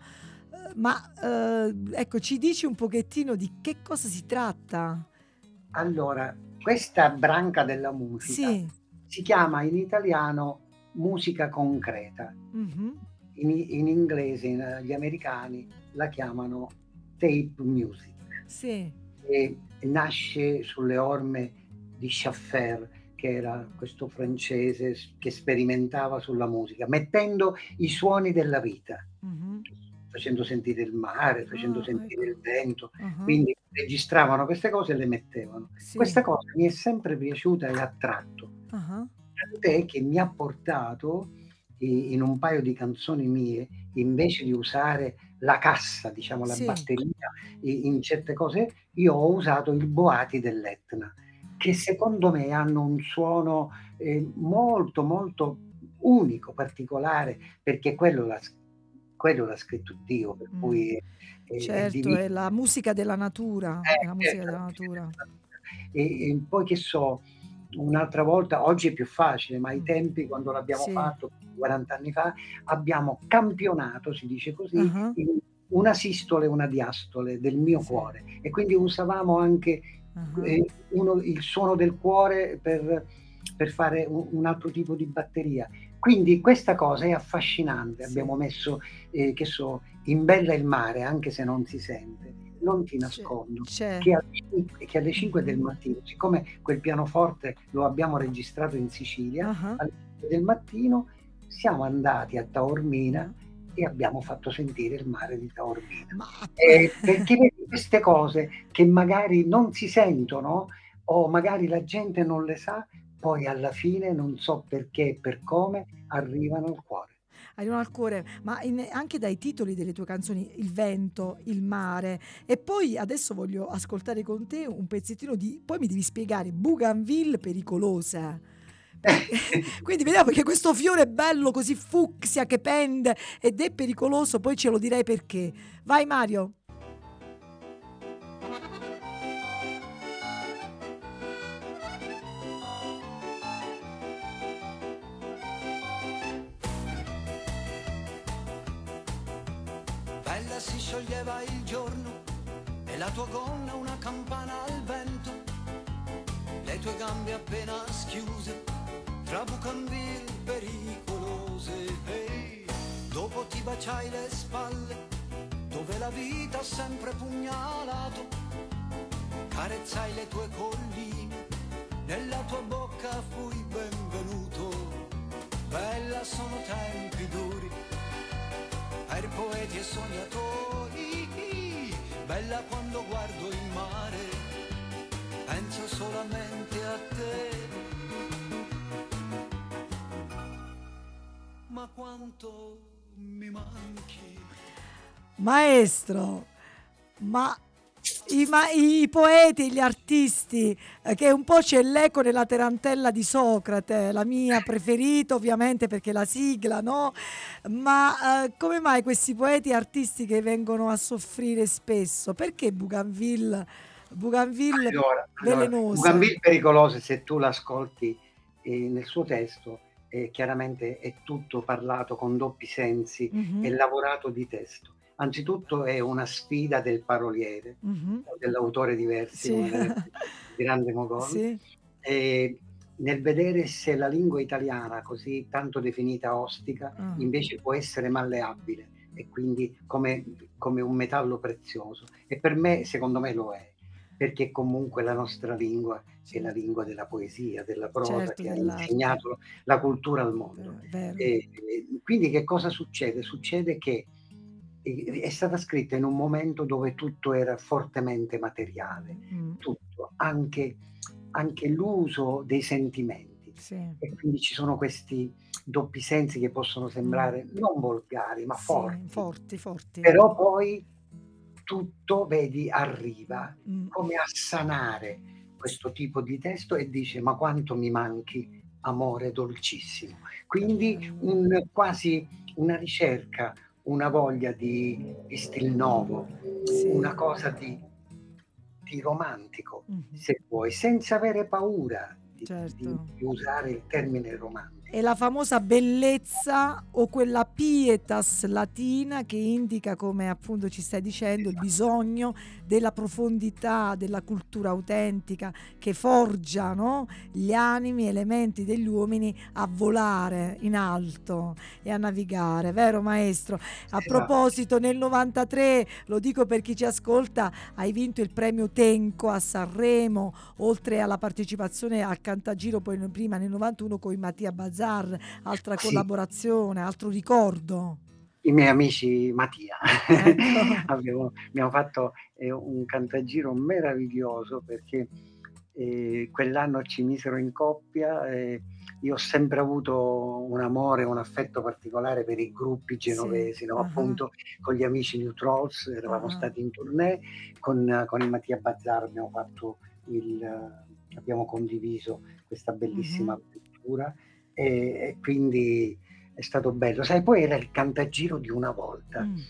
ma, ehm, ecco, ci dici un pochettino di che cosa si tratta? Allora, questa branca della musica Sì. si chiama in italiano musica concreta. Mh-mh. In i in inglese, in gli americani la chiamano tape music, Sì. e nasce sulle orme di Schaffer, che era questo francese s che sperimentava sulla musica, mettendo i suoni della vita, Mh-mh. facendo sentire il mare, facendo Ah, sentire ecco. il vento, Ah-ah. quindi registravano queste cose e le mettevano. Sì. Questa cosa mi è sempre piaciuta e attratto, Ah-ah. tant'è che mi ha portato i in un paio di canzoni mie, invece di usare la cassa, diciamo la Sì. batteria i in certe cose, io ho usato i boati dell'Etna, che secondo me hanno un suono, ehm, molto, molto unico, particolare, perché quello l'ha s quello l'ha scritto Dio, per Mh. cui è è è Certo, divi è la musica della natura, è eh, la musica certo, della la musica natura. della natura. E e poi che so, un'altra volta oggi è più facile, ma ai Mh. tempi quando l'abbiamo Sì. fatto, quaranta anni fa, abbiamo campionato, si dice così, Ah-ah. in una sistole e una diastole del mio Sì. cuore, e quindi usavamo anche Ah-ah. ehm, uno il suono del cuore per per fare u un altro tipo di batteria. Quindi questa cosa è affascinante. Sì. Abbiamo messo, ehm, che so, In Bella il mare, anche se non si sente. Non ti C'è nascondo c'è. che alle cinque che alle cinque del Mh-mh. mattino, siccome quel pianoforte lo abbiamo registrato in Sicilia, Ah-ah. alle cinque del mattino siamo andati a Taormina Ah. e abbiamo fatto sentire il mare di Taormina. Ma Ehm, perché vedi queste cose che magari non si sentono, o magari la gente non le sa, poi alla fine, non so perché e per come, arrivano al cuore. arrivano al cuore, ma in anche dai titoli delle tue canzoni, il vento, il mare e poi adesso voglio ascoltare con te un pezzettino di poi mi devi spiegare Bougainville pericolosa. Perché quindi vediamo che questo fiore bello così fucsia che pende ed è pericoloso, poi ce lo direi perché. Vai Mario. Bella si scioglieva il giorno e la tua gonna una campana al vento, le tue gambe appena schiuse tra Bougainville pericolose. Ehi, dopo ti baciai le spalle dove la vita ha sempre pugnalato, carezzai le tue colline, nella tua bocca fui benvenuto. Bella, sono tempi duri per poeti e sognatori, bella quando guardo il mare, penso solamente a te. Ma quanto mi manchi. Maestro, ma i, ma i poeti, gli artisti, eh, che un po' c'è l'eco nella tarantella di Socrate, la mia preferita ovviamente perché è la sigla, no? Ma eh, come mai questi poeti e artisti che vengono a soffrire spesso? Perché Bougainville, Bougainville Allora, allora, velenosa? Bougainville pericoloso, se tu l'ascolti eh, nel suo testo, eh, chiaramente è tutto parlato con doppi sensi, è Mhm, lavorato di testo. Anzitutto è una sfida del paroliere, mhm. dell'autore diversi, Sì, come per esempio il grande Mogol, sì. e nel vedere se la lingua italiana, così tanto definita ostica, Ah, invece può essere malleabile e quindi come, come un metallo prezioso. E per me, secondo me lo è, perché comunque la nostra lingua è la certo, lingua della poesia, della prosa, certo, che ha dell'arte, insegnato la cultura al mondo. eh, vero. E, e quindi che cosa succede? Succede che eh, è stata scritta in un momento dove tutto era fortemente materiale, Mm, tutto, anche, anche l'uso dei sentimenti. sì. E quindi ci sono questi doppi sensi che possono Mm. sembrare non volgari, ma Sì, forti, forti, forti. però poi tutto, vedi, arriva Mh. come a sanare questo tipo di testo e dice: "Ma quanto mi manchi, amore dolcissimo". Che Quindi bello. un quasi una ricerca, una voglia di di stil nuovo, una Sì. cosa di di romantico, Mh-mh. se vuoi, senza avere paura di di Certo. di usare il termine È romantico. la famosa bellezza o quella pietas latina che indica, come appunto ci stai dicendo, il Esatto. bisogno della profondità, della cultura autentica che forgia, no, gli animi, elementi degli uomini a volare in alto e a navigare, vero maestro? A Esatto. proposito, nel novantatré, lo dico per chi ci ascolta, hai vinto il premio Tenco a Sanremo, oltre alla partecipazione al Cantagiro poi n- prima nel novantuno con Mattia Bazzar, altra Sì. collaborazione, altro ricordo. I miei amici Mattia. Ecco. Abbiamo abbiamo fatto, ehm, un Cantagiro meraviglioso perché, ehm, quell'anno ci misero in coppia e io ho sempre avuto un amore, un affetto particolare per i gruppi Sì, genovesi, no, ah-ah, appunto con gli amici New Trolls eravamo ah-ah, stati in tournée, con con i Mattia Bazzar abbiamo fatto il abbiamo condiviso questa bellissima mh-mh, avventura e e quindi è stato bello. Sai, poi era il Cantagiro di una volta, mh,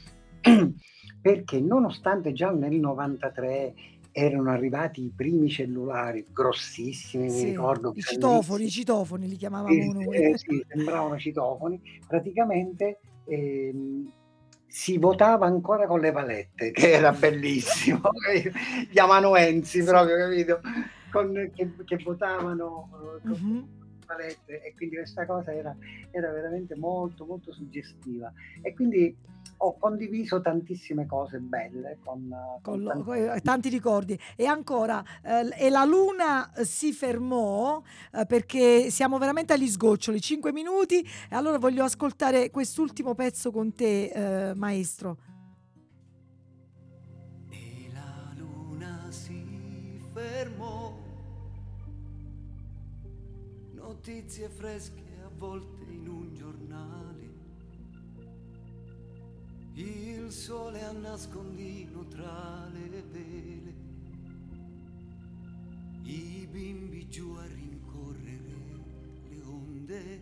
perché nonostante già nel novantatré erano arrivati i primi cellulari grossissimi, mi sì, ricordo, i citofoni, i grandissimi, citofoni li sì, chiamavamo s noi. eh, sì, sembravano citofoni, praticamente, ehm, si votava ancora con le palette, che era bellissimo, gli amanuensi Sì. proprio, capito, con che che votavano, uhm, co co Mh-mh. palette e quindi questa cosa era era veramente molto, molto suggestiva. E quindi ho condiviso tantissime cose belle con Con con lo co ehm, tantissimi. tanti ricordi. E ancora, ehm, e la luna eh, si fermò, ehm, perché siamo veramente agli sgoccioli, cinque minuti, e allora voglio ascoltare quest'ultimo pezzo con te, ehm, maestro. E la luna si fermò, notizie fresche avvolte in un giornale, il sole a nascondino tra le vele, i bimbi giù a rincorrere le onde,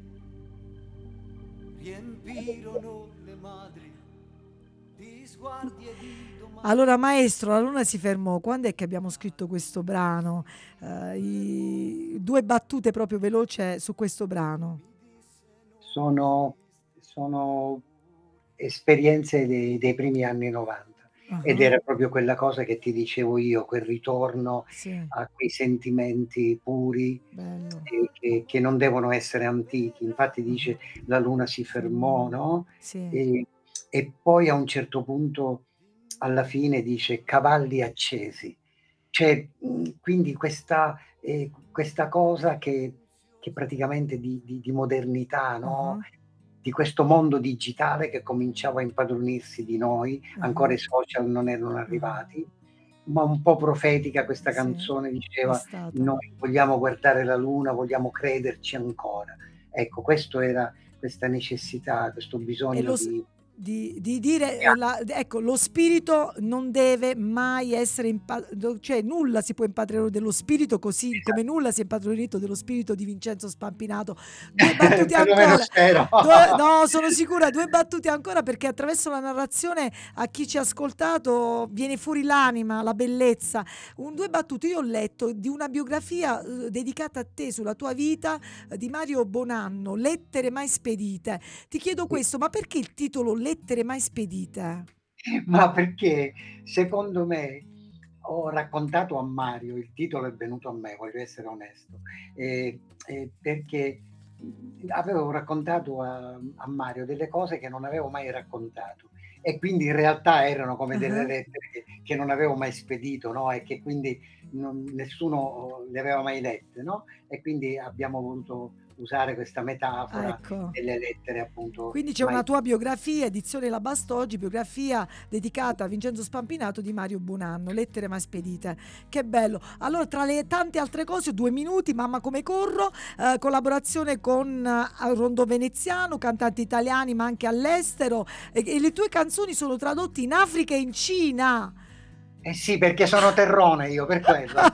riempirono le madri di sguardi e di domande. Allora maestro, la luna si fermò. Quand'è che abbiamo scritto questo brano? Ehm, i due battute proprio veloce su questo brano. Sono sono esperienze dei dei primi anni 'novanta ed Ah-ah, era proprio quella cosa che ti dicevo io, quel ritorno sì, a quei sentimenti puri bello. che che che non devono essere antichi. Infatti Ah-ah. dice: "La luna si fermò", Fermò. no, Sì. e e poi a un certo punto, alla fine dice: "Cavalli accesi". Cioè, mhmm, quindi questa ehm, questa cosa che che praticamente di di di modernità, no, Ah-ah. di questo mondo digitale che cominciava a impadronirsi di noi, ancora Uh-huh. i social non erano Uh-huh. arrivati, ma un po' profetica questa Sì, canzone è diceva: stata. "Noi vogliamo guardare la luna, vogliamo crederci ancora". Ecco, questo era questa necessità, questo E bisogno lo s di di di dire, ehm, la ecco, lo spirito non deve mai essere impa do cioè nulla si può impadronire dello spirito, così come Esatto. nulla si è impadronito dello spirito di Vincenzo Spampinato. Due battute Perlomeno ancora. spero. Due no, sono sicura, due battute ancora perché attraverso la narrazione a chi ci ha ascoltato viene fuori l'anima, la bellezza. Un due battute, io ho letto di una biografia, uhm, dedicata a te, sulla tua vita, eh, di Mario Bonanno, Lettere mai spedite. Ti chiedo Sì. questo, ma perché il titolo Lettere mai spedite? Ma perché secondo me ho raccontato a Mario, il titolo è venuto a me, voglio essere onesto, ehm, ehm, perché, mhmm, avevo raccontato a a Mario delle cose che non avevo mai raccontato e quindi in realtà erano come delle Ah-ah. lettere che che non avevo mai spedito, no, e che quindi non nessuno le aveva mai lette, no, e quindi abbiamo voluto usare questa Ah, metafora ecco. delle lettere appunto Quindi c'è mai. una tua biografia, edizione La Bastoggi, biografia dedicata a Vincenzo Spampinato di Mario Bonanno, Lettere mai spedite. Che bello. Allora, tra le tante altre cose, due minuti, Mamma come corro, eh, collaborazione con eh, Rondo Veneziano, cantanti italiani ma anche all'estero, e, e le tue canzoni sono tradotte in Africa e in Cina. Eh sì, perché sono terrone io, per quello.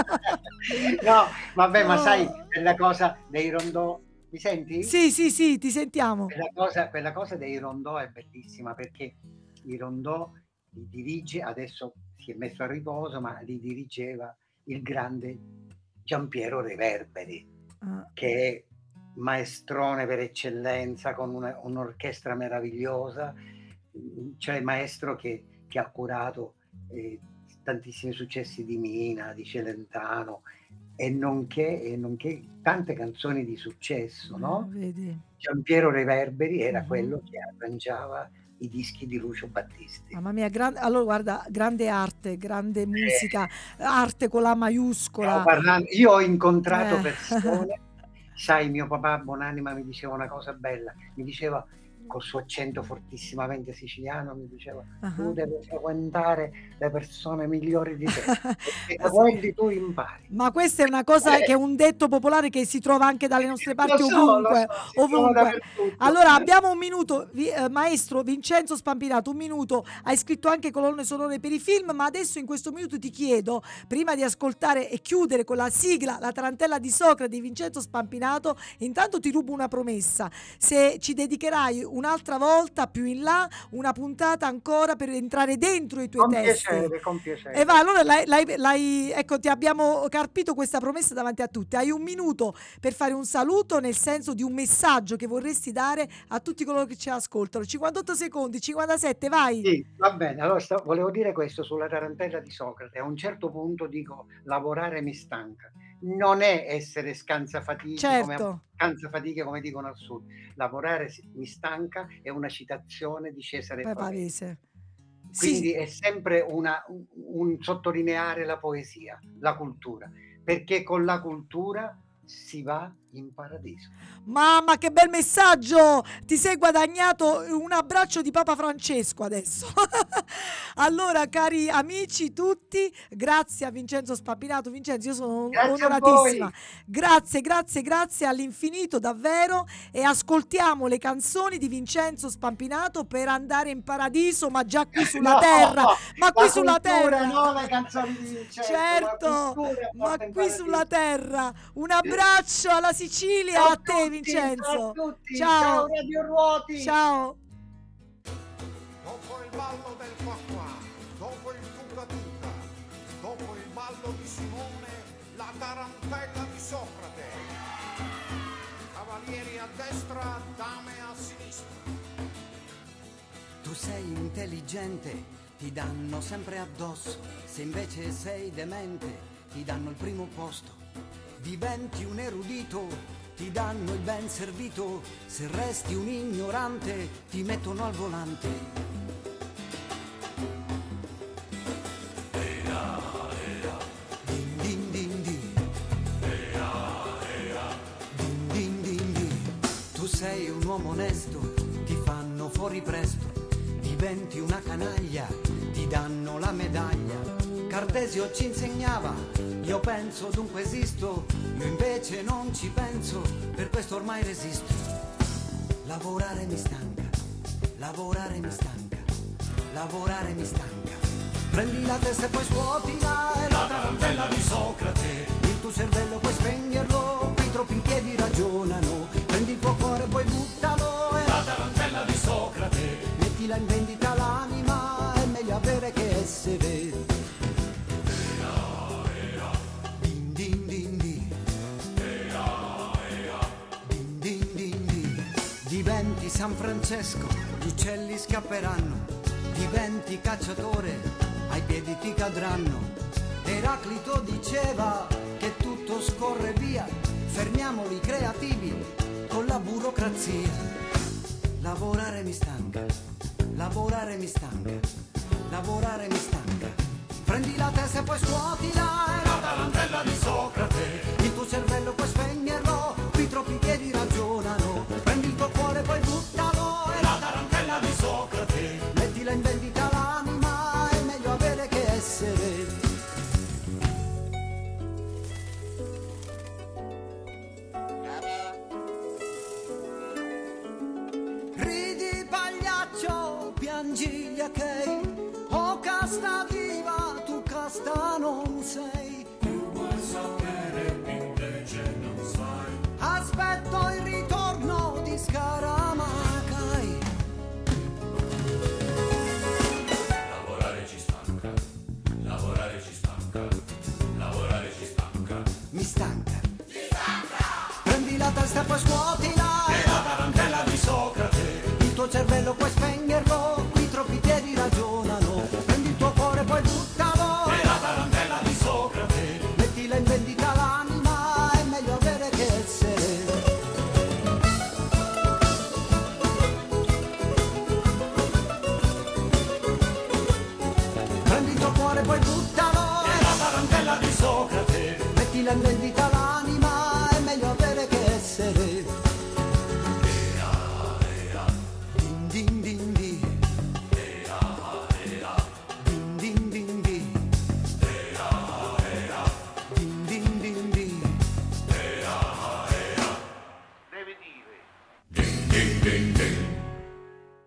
No, vabbè, ma sai, Oh. quella cosa dei rondò mi senti? Sì, sì, sì, ti sentiamo. Quella cosa quella cosa dei rondò è bellissima perché i rondò li dirige adesso si è messo a riposo, ma li dirigeva il grande Giampiero Reverberi, Ah. che è maestrone per eccellenza con una un'orchestra meravigliosa, mhmm, cioè maestro che che ha curato, ehm, tantissimi successi di Mina, di Celentano e nonché e nonché tante canzoni di successo, Eh, no, vedi. Giampiero Reverberi era Mhm. quello che arrangiava i dischi di Lucio Battisti. Mamma mia, gran allora guarda, grande arte, grande Eh. musica, arte con la Stiamo maiuscola. parlan io ho incontrato Eh. persone, sai mio papà buonanima mi diceva una cosa bella, mi diceva col suo accento fortissimamente siciliano, mi diceva: "Tu Ah-ah. devi frequentare le persone migliori di te, perché da Sì. quelli tu impari". Ma questa è una cosa che è Eh. un detto popolare che si trova anche dalle nostre Lo parti so, lo ovunque, so, si trova ovunque. dappertutto. Allora abbiamo un minuto, vi ehm, maestro Vincenzo Spampinato, un minuto. Hai scritto anche colonne sonore per i film, ma adesso in questo minuto ti chiedo, prima di ascoltare e chiudere con la sigla La tarantella di Socrate di Vincenzo Spampinato, intanto ti rubo una promessa. Se ci dedicherai un'altra volta più in là, una puntata ancora per entrare dentro i tuoi Con testi. piacere, con E va, piacere. allora l'hai, l'hai- l'hai- ecco, ti abbiamo carpito questa promessa davanti a tutti. Hai un minuto per fare un saluto, nel senso di un messaggio che vorresti dare a tutti coloro che ci ascoltano. cinquantotto secondi, cinquantasette, vai. Sì, va bene. Allora sta volevo dire questo sulla tarantella di Socrate. A un certo punto dico: "Lavorare mi stanca". Non è essere scansafatichi come a Certo, scansafatiche come dicono al sud. "Lavorare si mi stanca" è una citazione di Cesare vai Pavese. Pavese. Sì, Quindi è sempre una un un sottolineare la poesia, la cultura, perché con la cultura si va in paradiso. mamma che bel messaggio! Ti sei guadagnato un abbraccio di Papa Francesco adesso. Allora, cari amici tutti, grazie a Vincenzo Spampinato. Vincenzo, io sono Grazie a onoratissima. voi. Grazie, grazie, grazie all'infinito davvero, e ascoltiamo le canzoni di Vincenzo Spampinato per andare in paradiso, ma già qui sulla No, terra, ma qui la sulla cultura, terra. non le canzoni di Vincenzo, la Certo, cultura ma porta in qui sulla paradiso. terra. Un abbraccio alla Sicilia, Ciao a a te tutti, ciao a Vincenzo. tutti, ciao Ciao, Radio Ruoti. ciao. Dopo il ballo del qua qua, dopo il tuca tuca, dopo il ballo di Simone, la tarantella di Socrate. Cavalieri a destra, dame a sinistra. Tu sei intelligente, ti danno sempre addosso, se invece sei demente, ti danno il primo posto. Diventi un erudito, ti danno il ben servito, se resti un ignorante, ti mettono al volante. sei un uomo onesto, ti fanno fuori presto, diventi una canaglia, ti danno la medaglia. Cartesio ci insegnava, io penso dunque esisto, io invece non ci penso, per questo ormai resisto. Lavorare mi stanca, lavorare mi stanca, lavorare mi stanca. Prendi la testa e poi scuotila, è la tarantella di Socrate. Il tuo cervello puoi spegnerlo, qui troppi in piedi ragionano. Prendi il tuo cuore e poi buttalo, è la tarantella di Socrate. Mettila in vendita l'anima, è meglio avere che essere. Din din din di. Din din din di. Diventi San Francesco, gli uccelli scapperanno. Diventi cacciatore, ai piedi ti cadranno. Eraclito diceva che tutto scorre via, fermiamoli creativi con la burocrazia. Lavorare mi stanca, lavorare mi stanca, lavorare mi stanca. Prendi la testa e poi scuotila, è la tarantella di Socrate. Il tuo cervello puoi spegnerlo, qui troppi piedi ragionano. Prendi il tuo cuore e poi buttalo, è la tarantella di Socrate. Mettila in vendita l'anima, è meglio avere che essere. Ridi pagliaccio, piangi gli achei, o casta diva, tu casta non sei. Tu vuoi sapere, invece non sai. Aspetto il ritorno di Scaramacai. Lavorare ci stanca, lavorare ci stanca, lavorare ci stanca. Mi stanca. Mi stanca. Prendi la testa e poi scuotila, È la tarantella di Socrate. il tuo cervello puoi spegnerlo, qui troppi piedi ragionano. Prendi il tuo cuore e poi buttalo, È la tarantella di Socrate. mettila in vendita l'anima, è meglio avere che essere. Prendi il tuo cuore e poi buttalo, È la tarantella di Socrate. mettila in vendita l'anima.